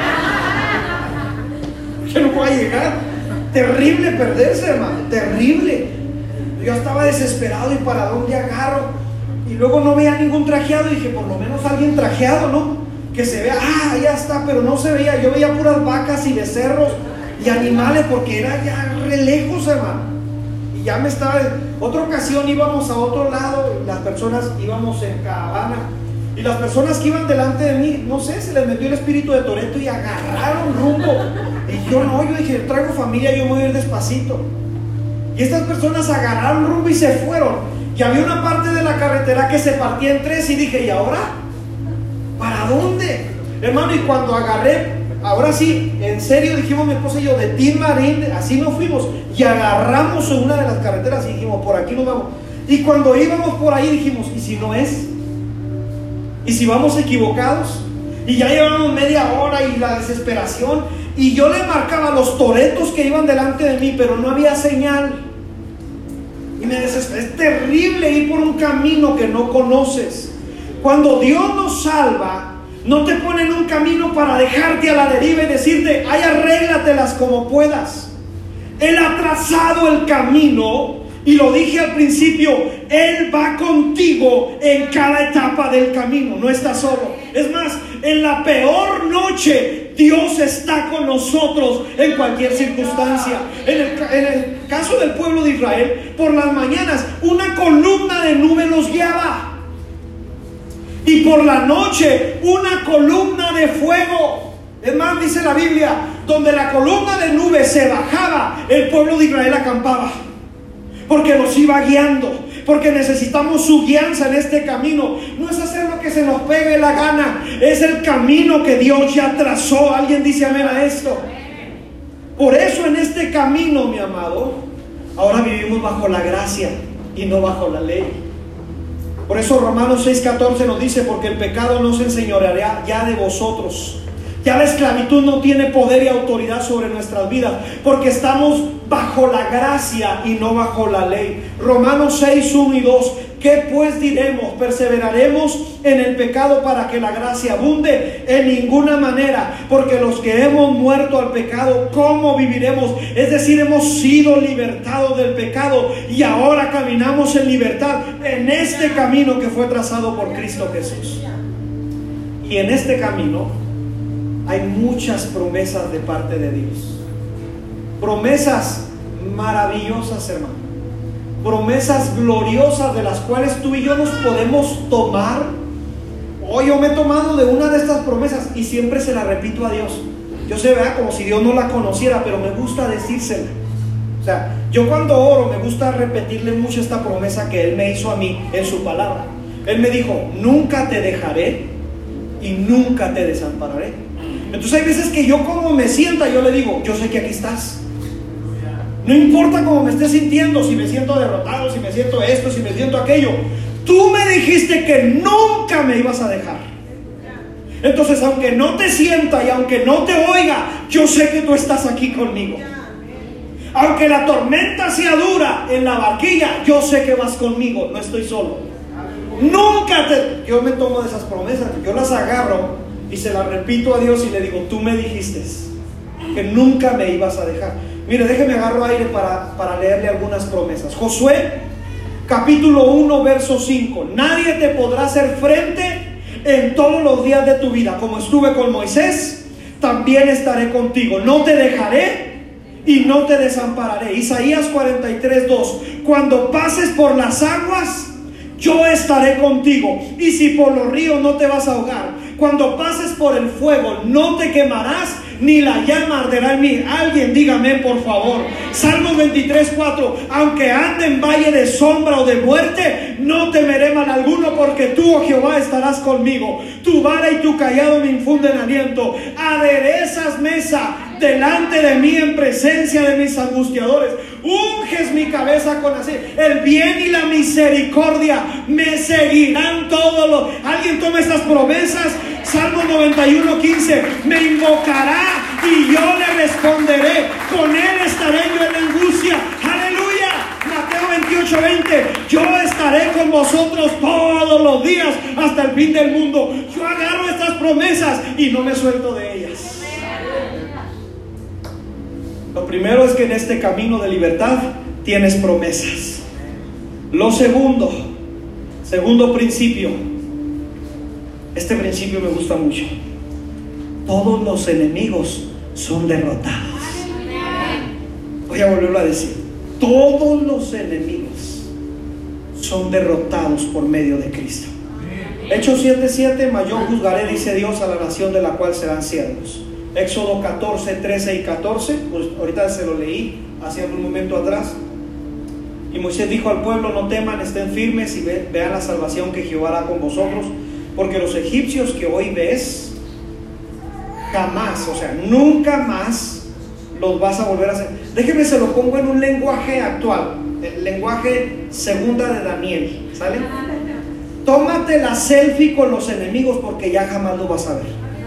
Yo no voy a llegar. Terrible perderse, hermano, terrible. Yo estaba desesperado, y para dónde agarro. Y luego no veía ningún trajeado, y dije, por lo menos alguien trajeado, ¿no? Que se vea, ah, ya está, pero no se veía. Yo veía puras vacas y becerros y animales, porque era ya re lejos, hermano. Y ya me estaba, otra ocasión íbamos a otro lado, y las personas íbamos en caravana, y las personas que iban delante de mí, no sé, se les metió el espíritu de Toreto y agarraron rumbo. Y yo no, yo dije, traigo familia, yo me voy a ir despacito. Y estas personas agarraron rumbo y se fueron. Y había una parte de la carretera que se partía en tres, y dije, ¿y ahora? ¿Para dónde? Hermano, y cuando agarré, ahora sí, en serio, dijimos mi esposa y yo, de Tin Marín, así nos fuimos, y agarramos en una de las carreteras y dijimos, por aquí nos vamos. Y cuando íbamos por ahí dijimos, ¿y si no es? ¿Y si vamos equivocados? Y ya llevamos media hora y la desesperación, y yo le marcaba a los toretos que iban delante de mí, pero no había señal. Y me desesperé. Es terrible ir por un camino que no conoces. Cuando Dios nos salva, no te pone en un camino para dejarte a la deriva y decirte, ay, arréglatelas como puedas. Él ha trazado el camino, y lo dije al principio, Él va contigo en cada etapa del camino, no estás solo. Es más, en la peor noche, Dios está con nosotros en cualquier circunstancia. En el, en el caso del pueblo de Israel, por las mañanas una columna de nube los guiaba, y por la noche una columna de fuego. Es más, dice la Biblia, donde la columna de nube se bajaba, el pueblo de Israel acampaba, porque los iba guiando. Porque necesitamos su guianza en este camino. No es hacer lo que se nos pegue la gana, es el camino que Dios ya trazó. Alguien dice amén a esto. Por eso en este camino, mi amado, ahora vivimos bajo la gracia y no bajo la ley. Por eso Romanos seis catorce nos dice, porque el pecado no se enseñoreará ya de vosotros. Ya la esclavitud no tiene poder y autoridad sobre nuestras vidas, porque estamos bajo la gracia y no bajo la ley. Romanos seis, uno y dos. ¿Qué pues diremos? ¿Perseveraremos en el pecado para que la gracia abunde? En ninguna manera, porque los que hemos muerto al pecado, ¿cómo viviremos? Es decir, hemos sido libertados del pecado y ahora caminamos en libertad en este camino que fue trazado por Cristo Jesús. Y en este camino hay muchas promesas de parte de Dios. Promesas maravillosas, hermano. Promesas gloriosas de las cuales tú y yo nos podemos tomar. Hoy yo me he tomado de una de estas promesas y siempre se la repito a Dios. Yo sé, ¿verdad? Como si Dios no la conociera, pero me gusta decírsela. O sea, yo cuando oro me gusta repetirle mucho esta promesa que Él me hizo a mí en su palabra. Él me dijo, nunca te dejaré y nunca te desampararé. Entonces hay veces que yo como me sienta, yo le digo, yo sé que aquí estás. No importa cómo me esté sintiendo, si me siento derrotado, si me siento esto, si me siento aquello. Tú me dijiste que nunca me ibas a dejar. Entonces, aunque no te sienta y aunque no te oiga, yo sé que tú estás aquí conmigo. Aunque la tormenta sea dura en la barquilla, yo sé que vas conmigo, no estoy solo. Nunca te... Yo me tomo de esas promesas, yo las agarro y se las repito a Dios y le digo, tú me dijiste que nunca me ibas a dejar. Mire, déjeme agarro aire para, para leerle algunas promesas. Josué, capítulo uno, verso cinco. Nadie te podrá hacer frente en todos los días de tu vida. Como estuve con Moisés, también estaré contigo. No te dejaré y no te desampararé. Isaías cuarenta y tres, dos. Cuando pases por las aguas, yo estaré contigo, y si por los ríos no te vas a ahogar. Cuando pases por el fuego no te quemarás, ni la llama arderá en mí. Alguien dígame por favor. Salmo veintitrés, cuatro. Aunque ande en valle de sombra o de muerte, no temeré mal alguno, porque tú, oh Jehová, estarás conmigo. Tu vara y tu cayado me infunden aliento. Aderezas mesa delante de mí en presencia de mis angustiadores. Unges mi cabeza con aceite. El bien y la misericordia me seguirán todos los... Alguien toma estas promesas. Salmo noventa y uno, quince. Me invocará y yo le responderé. Con él estaré yo en la angustia. Aleluya. Mateo veintiocho, veinte. Yo estaré con vosotros todos los días hasta el fin del mundo. Yo agarro estas promesas y no me suelto de ellas. Lo primero es que en este camino de libertad tienes promesas. Lo segundo, segundo principio. Este principio me gusta mucho. Todos los enemigos son derrotados. Voy a volverlo a decir. Todos los enemigos son derrotados por medio de Cristo. Hechos siete, siete. Mas yo juzgaré, dice Dios, a la nación de la cual serán siervos. Éxodo catorce, trece y catorce. Pues ahorita se lo leí hace un momento atrás. Y Moisés dijo al pueblo: no teman, estén firmes y ve, vean la salvación que Jehová hará con vosotros, porque los egipcios que hoy ves, jamás, o sea, nunca más los vas a volver a hacer. Déjenme se lo pongo en un lenguaje actual, el lenguaje segunda de Daniel, ¿sale? Tómate la selfie con los enemigos porque ya jamás lo vas a ver.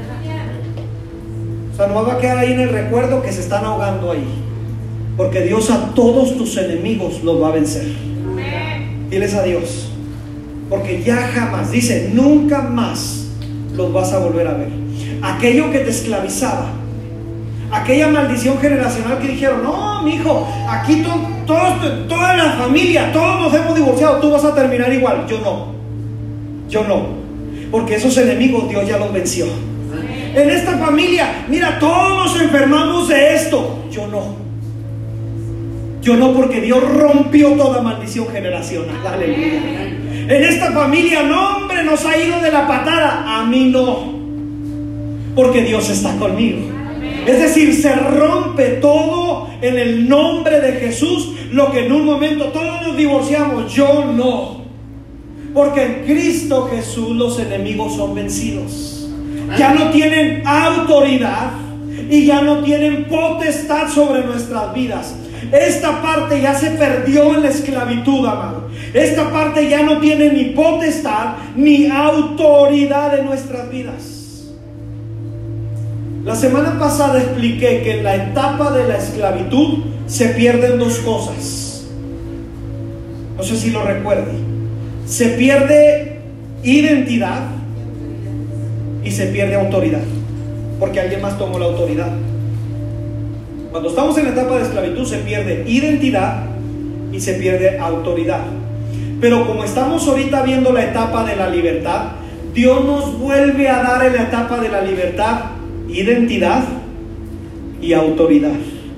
O sea, no va a quedar ahí en el recuerdo que se están ahogando ahí, porque Dios a todos tus enemigos los va a vencer. Diles a Dios, porque ya jamás, dice, nunca más los vas a volver a ver. Aquello que te esclavizaba, aquella maldición generacional que dijeron: no, mi hijo, aquí to, todos, toda la familia, todos nos hemos divorciado, tú vas a terminar igual. Yo no, yo no, porque esos enemigos Dios ya los venció. En esta familia, mira, todos nos enfermamos de esto. Yo no, yo no, porque Dios rompió toda maldición generacional. Aleluya. En esta familia, no, hombre, nos ha ido de la patada. A mí no, porque Dios está conmigo. Es decir, se rompe todo en el nombre de Jesús. Lo que en un momento todos nos divorciamos, yo no, porque en Cristo Jesús los enemigos son vencidos. Ya no tienen autoridad y ya no tienen potestad sobre nuestras vidas. Esta parte ya se perdió en la esclavitud, amado. Esta parte ya no tiene ni potestad ni autoridad en nuestras vidas. La semana pasada expliqué que en la etapa de la esclavitud se pierden dos cosas. No sé si lo recuerden. Se pierde identidad y se pierde autoridad, porque alguien más tomó la autoridad. Cuando estamos en la etapa de esclavitud se pierde identidad y se pierde autoridad. Pero como estamos ahorita viendo la etapa de la libertad, Dios nos vuelve a dar en la etapa de la libertad identidad y autoridad.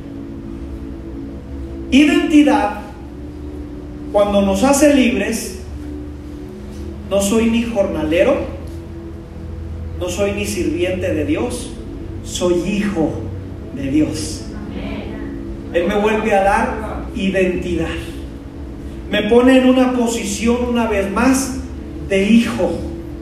Identidad, cuando nos hace libres, no soy ni jornalero, no soy ni sirviente de Dios, soy hijo de Dios. Él me vuelve a dar identidad. Me pone en una posición una vez más de hijo.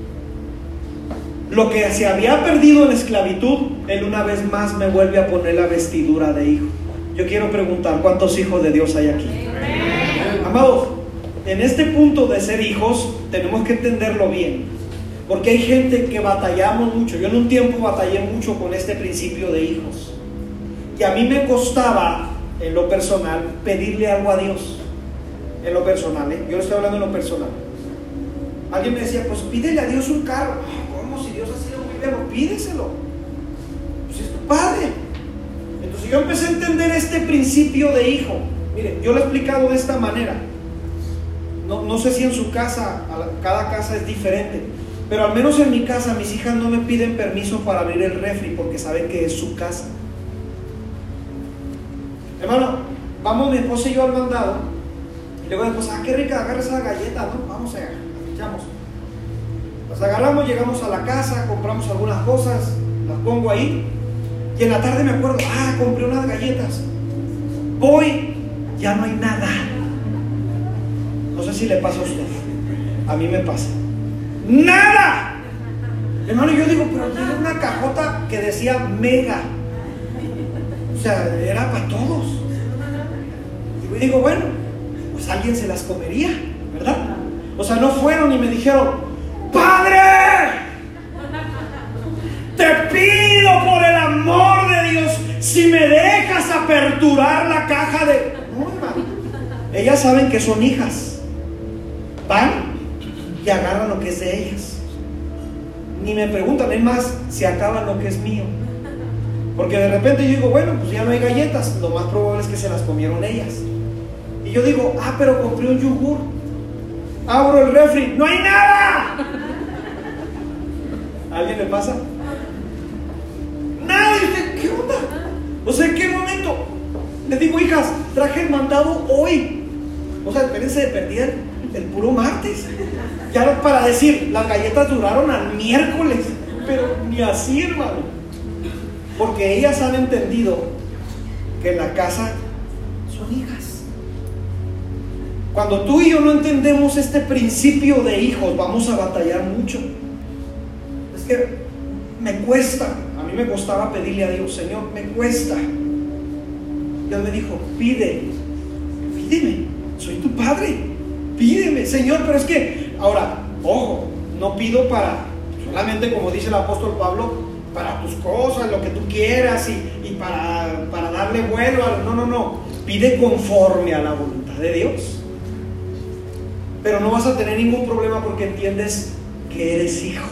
Lo que se había perdido en la esclavitud, Él una vez más me vuelve a poner la vestidura de hijo. Yo quiero preguntar, ¿cuántos hijos de Dios hay aquí? Amados, en este punto de ser hijos tenemos que entenderlo bien, porque hay gente que batallamos mucho. Yo en un tiempo batallé mucho con este principio de hijos, y a mí me costaba en lo personal pedirle algo a Dios. En lo personal, ¿eh? Yo le estoy hablando en lo personal. Alguien me decía: pues pídele a Dios un carro. ¿Cómo? Si Dios ha sido muy bueno, pídeselo, pues es tu padre. Entonces yo empecé a entender este principio de hijo. Mire, yo lo he explicado de esta manera. No, no sé si en su casa, cada casa es diferente, pero al menos en mi casa mis hijas no me piden permiso para abrir el refri, porque saben que es su casa. Hermano, vamos mi esposa y yo al mandado, y luego después: ah, qué rica, agarra esa galleta, ¿no? Vamos allá, echamos. Las agarramos, llegamos a la casa, compramos algunas cosas, las pongo ahí, y en la tarde me acuerdo: ah, compré unas galletas. Voy, ya no hay nada. No sé si le pasa a usted, a mí me pasa. ¡Nada! Hermano, yo digo: pero tiene una cajota que decía Mega. O sea, era para todos. Y digo, bueno, pues alguien se las comería, ¿verdad? O sea, no fueron y me dijeron: ¡Padre! Te pido por el amor de Dios, si me dejas aperturar la caja de... No, hermano. Ellas saben que son hijas. Van y agarran lo que es de ellas. Ni me preguntan, es más, si acaban lo que es mío. Porque de repente yo digo, bueno, pues ya no hay galletas. Lo más probable es que se las comieron ellas. Y yo digo, ah, pero compré un yogur. Abro el refri, ¡no hay nada! ¿A alguien le pasa? Nada. Y usted, ¿qué onda? O sea, ¿en qué momento? Les digo, hijas, traje el mandado hoy. O sea, espérense de perdida el, el puro martes. Ya para decir, las galletas duraron al miércoles. Pero ni así, hermano. Porque ellas han entendido que en la casa son hijas. Cuando tú y yo no entendemos este principio de hijos, vamos a batallar mucho. Es que me cuesta. A mí me costaba pedirle a Dios, Señor, me cuesta. Dios me dijo, pide, pídeme, soy tu padre, pídeme, Señor. Pero es que, ahora, ojo, no pido para, solamente como dice el apóstol Pablo, para tus cosas, lo que tú quieras y, y para, para darle vuelo a... No, no, no, pide conforme a la voluntad de Dios. Pero no vas a tener ningún problema porque entiendes que eres hijo.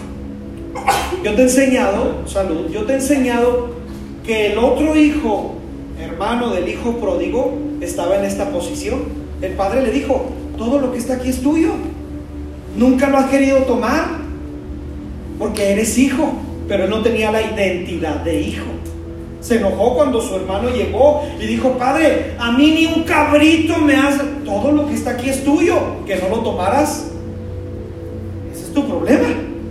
Yo te he enseñado, salud, yo te he enseñado que el otro hijo, hermano del hijo pródigo, estaba en esta posición. El padre le dijo, todo lo que está aquí es tuyo. Nunca lo has querido tomar porque eres hijo. Pero él no tenía la identidad de hijo. Se enojó cuando su hermano llegó y dijo, padre, a mí ni un cabrito me hace. Todo lo que está aquí es tuyo. Que no lo tomaras, ese es tu problema.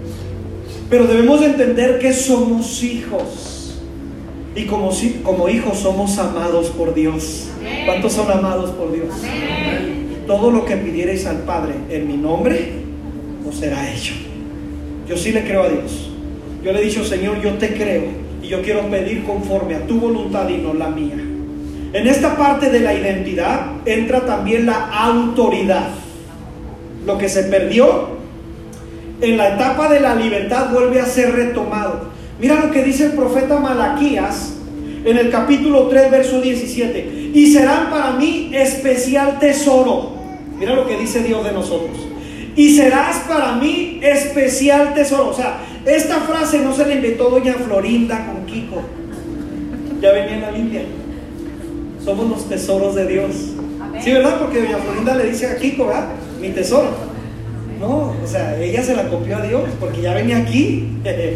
Pero debemos de entender que somos hijos. Y como, como hijos somos amados por Dios. ¿Cuántos son amados por Dios? Amén. Todo lo que pidierais al Padre en mi nombre, os será hecho. Yo sí le creo a Dios. Yo le he dicho, Señor, yo te creo y yo quiero pedir conforme a tu voluntad y no la mía. En esta parte de la identidad entra también la autoridad. Lo que se perdió en la etapa de la libertad vuelve a ser retomado. Mira lo que dice el profeta Malaquías en el capítulo tres, verso diecisiete. Y serán para mí especial tesoro. Mira lo que dice Dios de nosotros. Y serás para mí especial tesoro. O sea, esta frase no se la inventó doña Florinda con Kiko. Ya venía en la Biblia. Somos los tesoros de Dios. Amén. Sí, ¿verdad? Porque doña Florinda le dice a Kiko, ¿verdad? Mi tesoro. No, o sea, ella se la copió a Dios porque ya venía aquí.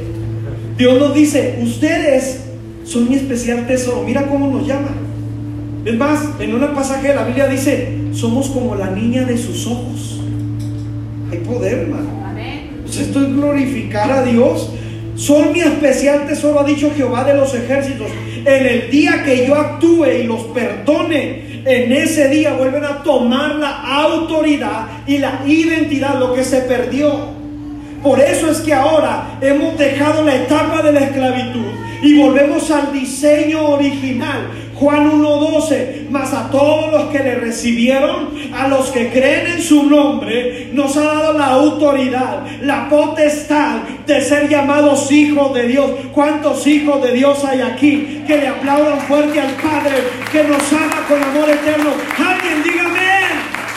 Dios nos dice, ustedes son mi especial tesoro. Mira cómo nos llama. Es más, en un pasaje de la Biblia dice, somos como la niña de sus ojos. Hay poder, hermano. Amén. Pues esto es glorificar a Dios. Son mi especial tesoro, ha dicho Jehová de los ejércitos. En el día que yo actúe y los perdone, en ese día vuelven a tomar la autoridad y la identidad, lo que se perdió. Por eso es que ahora hemos dejado la etapa de la esclavitud y volvemos al diseño original. Juan uno doce, mas a todos los que le recibieron, a los que creen en su nombre, nos ha dado la autoridad, la potestad de ser llamados hijos de Dios. ¿Cuántos hijos de Dios hay aquí? Que le aplaudan fuerte al Padre, que nos ama con amor eterno. Alguien diga amén.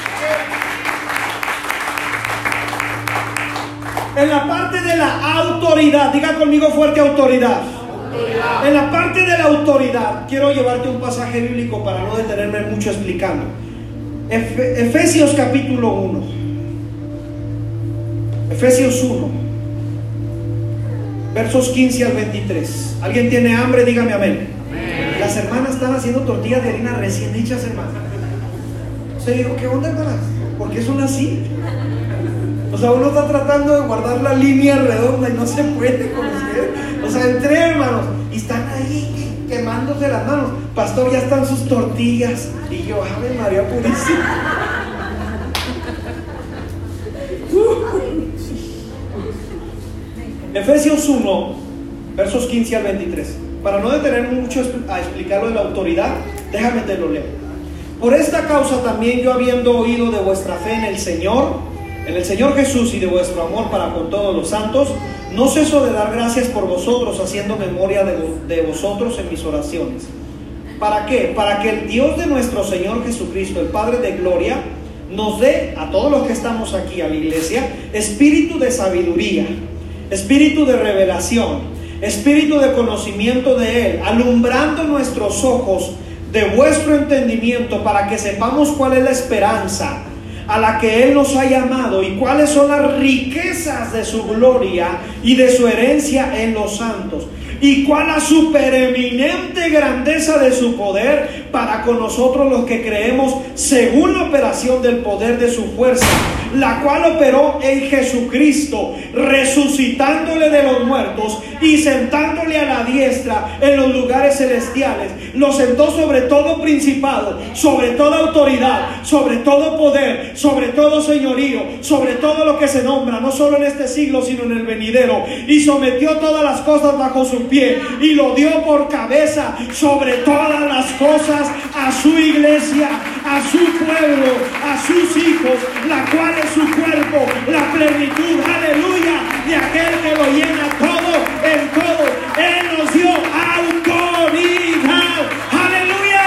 En la parte de la autoridad, diga conmigo fuerte autoridad. En la parte de la autoridad, quiero llevarte un pasaje bíblico para no detenerme mucho explicando. Efesios capítulo uno. Efesios uno, versos quince al veintitrés. ¿Alguien tiene hambre? Dígame amén. Amén. Las hermanas están haciendo tortillas de harina recién hechas, hermanas. O sea, digo, ¿qué onda, hermanas? ¿Por qué son así? O sea, uno está tratando de guardar la línea redonda y no se puede con ustedes. O sea, entre hermanos, y están ahí quemándose las manos. Pastor, ya están sus tortillas. Y yo, Ave María Purísima. Uh. Efesios uno, versos quince al veintitrés. para no detener mucho a explicar lo de la autoridad, déjame te lo leo. Por esta causa también yo, habiendo oído de vuestra fe en el Señor, en el Señor Jesús, y de vuestro amor para con todos los santos, no ceso de dar gracias por vosotros, haciendo memoria de, de vosotros en mis oraciones. ¿Para qué? Para que el Dios de nuestro Señor Jesucristo, el Padre de gloria, nos dé a todos los que estamos aquí, a la iglesia, espíritu de sabiduría, espíritu de revelación, espíritu de conocimiento de Él, alumbrando nuestros ojos de vuestro entendimiento, para que sepamos cuál es la esperanza a la que Él nos ha llamado y cuáles son las riquezas de su gloria y de su herencia en los santos, y cuál la supereminente grandeza de su poder para con nosotros los que creemos, según la operación del poder de su fuerza, la cual operó en Jesucristo, resucitándole de los muertos y sentándole a la diestra en los lugares celestiales. Lo sentó sobre todo principado, sobre toda autoridad, sobre todo poder, sobre todo señorío, sobre todo lo que se nombra, no solo en este siglo sino en el venidero, y sometió todas las cosas bajo su pie y lo dio por cabeza sobre todas las cosas a su iglesia, a su pueblo, a sus hijos, la cual es su cuerpo, la plenitud, aleluya, de aquel que lo llena todo en todo. Él nos dio autoridad, aleluya.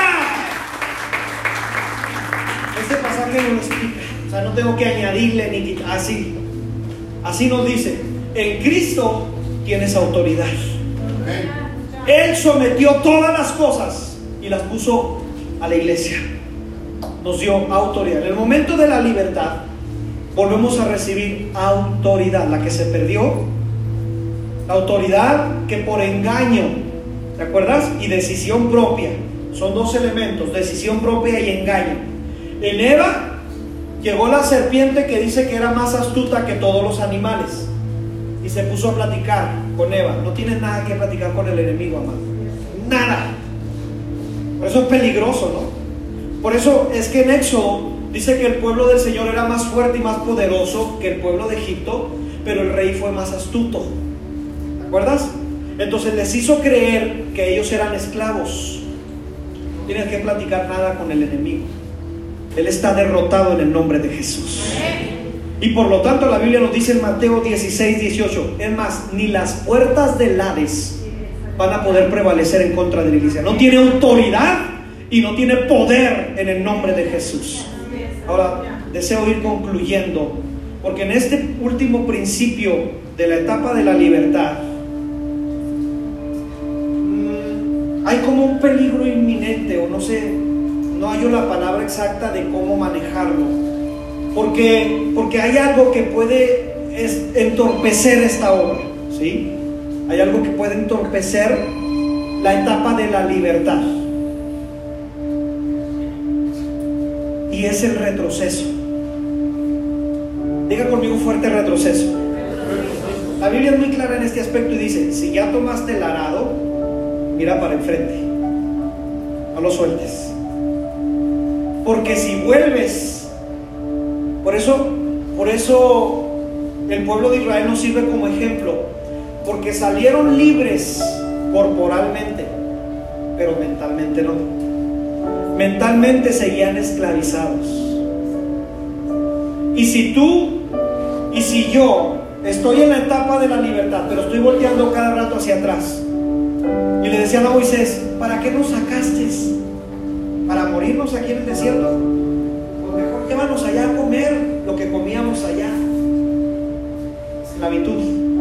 Este pasaje nos lo explica, o sea, no tengo que añadirle ni quitar, así, así nos dice: en Cristo tienes autoridad. Él sometió todas las cosas y las puso a la iglesia, nos dio autoridad. En el momento de la libertad volvemos a recibir autoridad, la que se perdió, la autoridad que por engaño, ¿te acuerdas? Y decisión propia, son dos elementos, decisión propia y engaño. En Eva llegó la serpiente que dice que era más astuta que todos los animales y se puso a platicar con Eva. No tienes nada que platicar con el enemigo, amado, nada. Por eso es peligroso, ¿no? Por eso es que en Éxodo dice que el pueblo del Señor era más fuerte y más poderoso que el pueblo de Egipto, pero el rey fue más astuto. ¿Te acuerdas? Entonces les hizo creer que ellos eran esclavos. No tienes que platicar nada con el enemigo. Él está derrotado en el nombre de Jesús. Y por lo tanto la Biblia nos dice en Mateo dieciséis, dieciocho, es más, ni las puertas del Hades van a poder prevalecer en contra de la iglesia. No tiene autoridad y no tiene poder en el nombre de Jesús. Ahora deseo ir concluyendo, porque en este último principio de la etapa de la libertad mmm, hay como un peligro inminente, o no sé, no hallo la palabra exacta de cómo manejarlo, porque, porque hay algo que puede es, entorpecer esta obra, ¿sí? Hay algo que puede entorpecer la etapa de la libertad, y es el retroceso. Diga conmigo fuerte: retroceso. La Biblia es muy clara en este aspecto y dice: si ya tomaste el arado, mira para enfrente, no lo sueltes, porque si vuelves, por eso, por eso el pueblo de Israel nos sirve como ejemplo, porque salieron libres corporalmente, pero mentalmente no. Mentalmente seguían esclavizados. Y si tú y si yo estoy en la etapa de la libertad, pero estoy volteando cada rato hacia atrás, y le decían a Moisés: ¿para qué nos sacaste? ¿Para morirnos aquí en el desierto? Pues mejor llévanos allá a comer lo que comíamos allá. Esclavitud.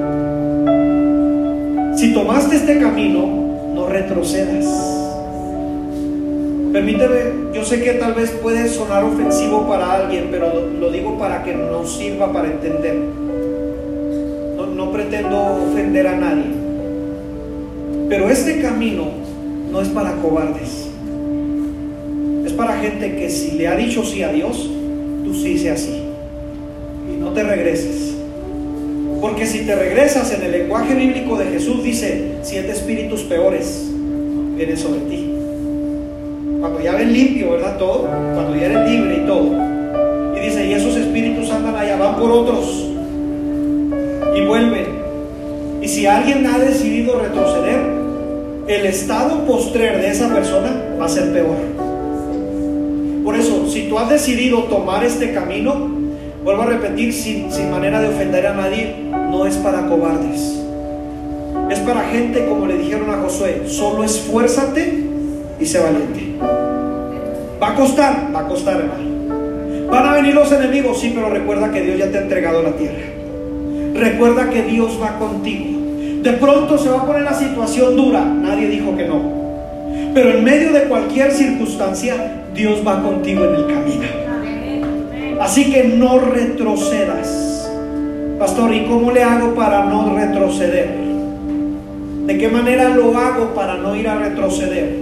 Si tomaste este camino, no retrocedas. Permíteme, yo sé que tal vez puede sonar ofensivo para alguien, pero lo, lo digo para que nos sirva para entender. No, no pretendo ofender a nadie, pero este camino no es para cobardes. Es para gente que si le ha dicho sí a Dios, tú sí sea sí, y no te regreses. Porque si te regresas, en el lenguaje bíblico de Jesús dice: siete espíritus peores vienen sobre ti. Cuando ya ven limpio, ¿verdad? Todo, cuando ya eres libre y todo. Y dice: y esos espíritus andan allá, van por otros y vuelven. Y si alguien ha decidido retroceder, el estado postrer de esa persona va a ser peor. Por eso, si tú has decidido tomar este camino, vuelvo a repetir, sin, sin manera de ofender a nadie, no es para cobardes. Es para gente, como le dijeron a Josué, solo esfuérzate y sé valiente. Va a costar, va a costar, hermano. Van a venir los enemigos, sí, pero recuerda que Dios ya te ha entregado la tierra. Recuerda que Dios va contigo. De pronto se va a poner la situación dura, nadie dijo que no, pero en medio de cualquier circunstancia, Dios va contigo en el camino. Así que no retrocedas. Pastor, ¿y cómo le hago para no retroceder? ¿De qué manera lo hago para no ir a retroceder?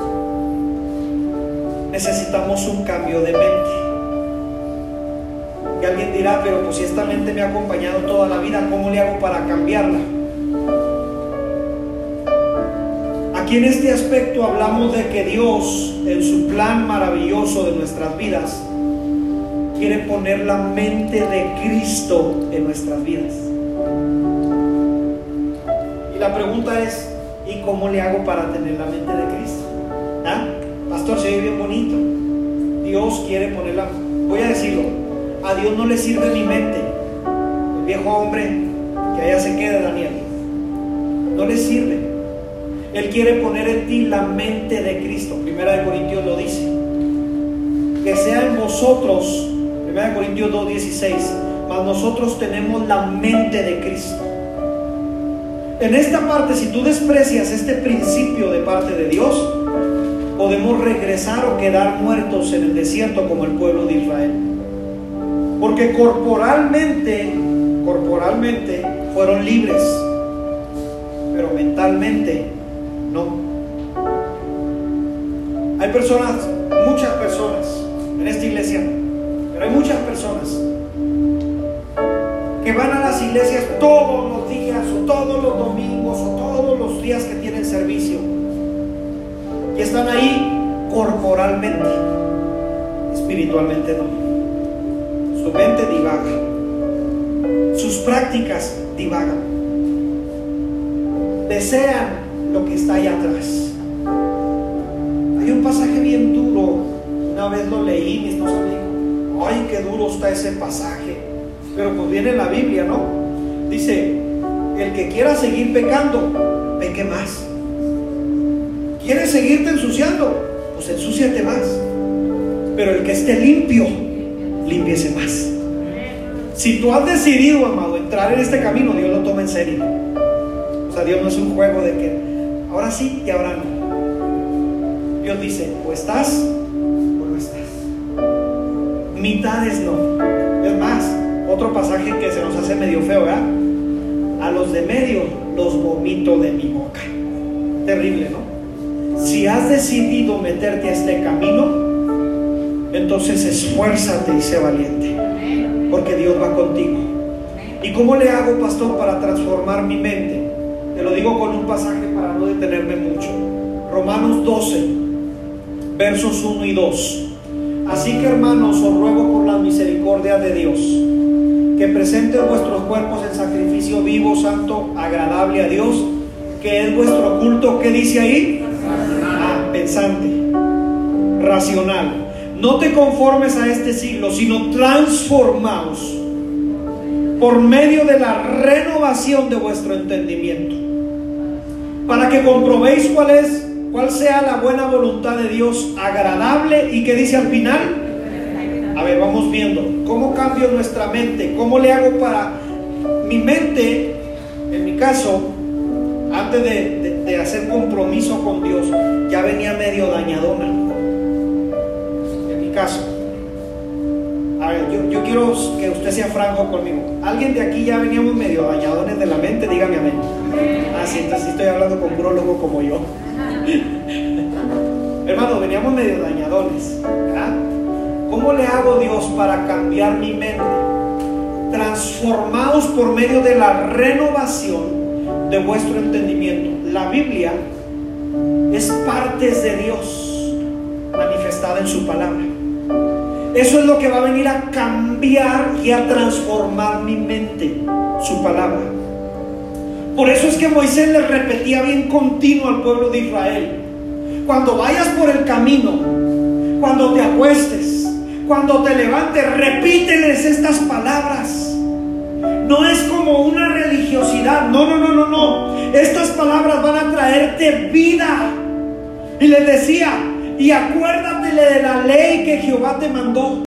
Necesitamos un cambio de mente. Y alguien dirá, pero pues si esta mente me ha acompañado toda la vida, ¿cómo le hago para cambiarla? Aquí en este aspecto hablamos de que Dios, en su plan maravilloso de nuestras vidas, quiere poner la mente de Cristo en nuestras vidas. Y la pregunta es, ¿y cómo le hago para tener la mente de Cristo? ¿Ah? Pastor, se oye bien bonito. Dios quiere ponerla. Voy a decirlo, a Dios no le sirve mi mente. El viejo hombre que allá se quede, Daniel, no le sirve. Él quiere poner en ti la mente de Cristo. Primera de Corintios lo dice, que sea en vosotros. Primera de Corintios dos dieciséis, mas nosotros tenemos la mente de Cristo. En esta parte, si tú desprecias este principio de parte de Dios, podemos regresar o quedar muertos en el desierto como el pueblo de Israel. Porque corporalmente, corporalmente fueron libres, pero mentalmente no. Hay personas, muchas personas en esta iglesia, pero hay muchas personas que van a las iglesias todos los días o todos los domingos o todos los días que tienen servicio y están ahí corporalmente, espiritualmente no. Su mente divaga, sus prácticas divagan, desean lo que está allá atrás. Hay un pasaje bien duro, una vez lo leí, mi esposa me dijo, ay, qué duro está ese pasaje, pero pues viene en la Biblia, ¿no? Dice, el que quiera seguir pecando, peque más. ¿Quieres seguirte ensuciando? Pues ensúciate más. Pero el que esté limpio, límpiese más. Si tú has decidido, amado, entrar en este camino, Dios lo toma en serio. O sea, Dios no es un juego de que ahora sí y ahora no. Dios dice, o estás o no estás. Mitades no. Es más, otro pasaje que se nos hace medio feo, ¿verdad? A los de medio los vomito de mi boca. Terrible, ¿no? Si has decidido meterte a este camino, entonces esfuérzate y sé valiente, porque Dios va contigo. ¿Y cómo le hago, pastor, para transformar mi mente? Te lo digo con un pasaje para no detenerme mucho. Romanos doce, versos uno y dos. Así que, hermanos, os ruego por la misericordia de Dios, que presenten vuestros cuerpos en sacrificio vivo, santo, agradable a Dios, que es vuestro culto. ¿Qué dice ahí? Ah, pensante, racional. No te conformes a este siglo, sino transformaos por medio de la renovación de vuestro entendimiento, para que comprobéis cuál es, cuál sea la buena voluntad de Dios, agradable y que dice al final. A ver, vamos viendo cómo cambio nuestra mente, cómo le hago para mi mente. En mi caso, antes de, de, de hacer compromiso con Dios, ya venía medio dañadona. En mi caso, a ver, yo, yo quiero que usted sea franco conmigo. ¿Alguien de aquí ya veníamos medio dañadones de la mente? Dígame amén. Ah, sí, entonces sí estoy hablando con puro loco como yo. Hermano, veníamos medio dañadones, ¿verdad? ¿Cómo le hago, Dios, para cambiar mi mente? Transformaos por medio de la renovación de vuestro entendimiento. La Biblia es partes de Dios manifestada en su palabra. Eso es lo que va a venir a cambiar y a transformar mi mente, su palabra. Por eso es que Moisés le repetía bien continuo al pueblo de Israel: cuando vayas por el camino, cuando te acuestes, cuando te levantes, repíteles estas palabras. No es como una religiosidad, no, no, no, no, no. Estas palabras van a traerte vida. Y les decía: y acuérdate de la ley que Jehová te mandó.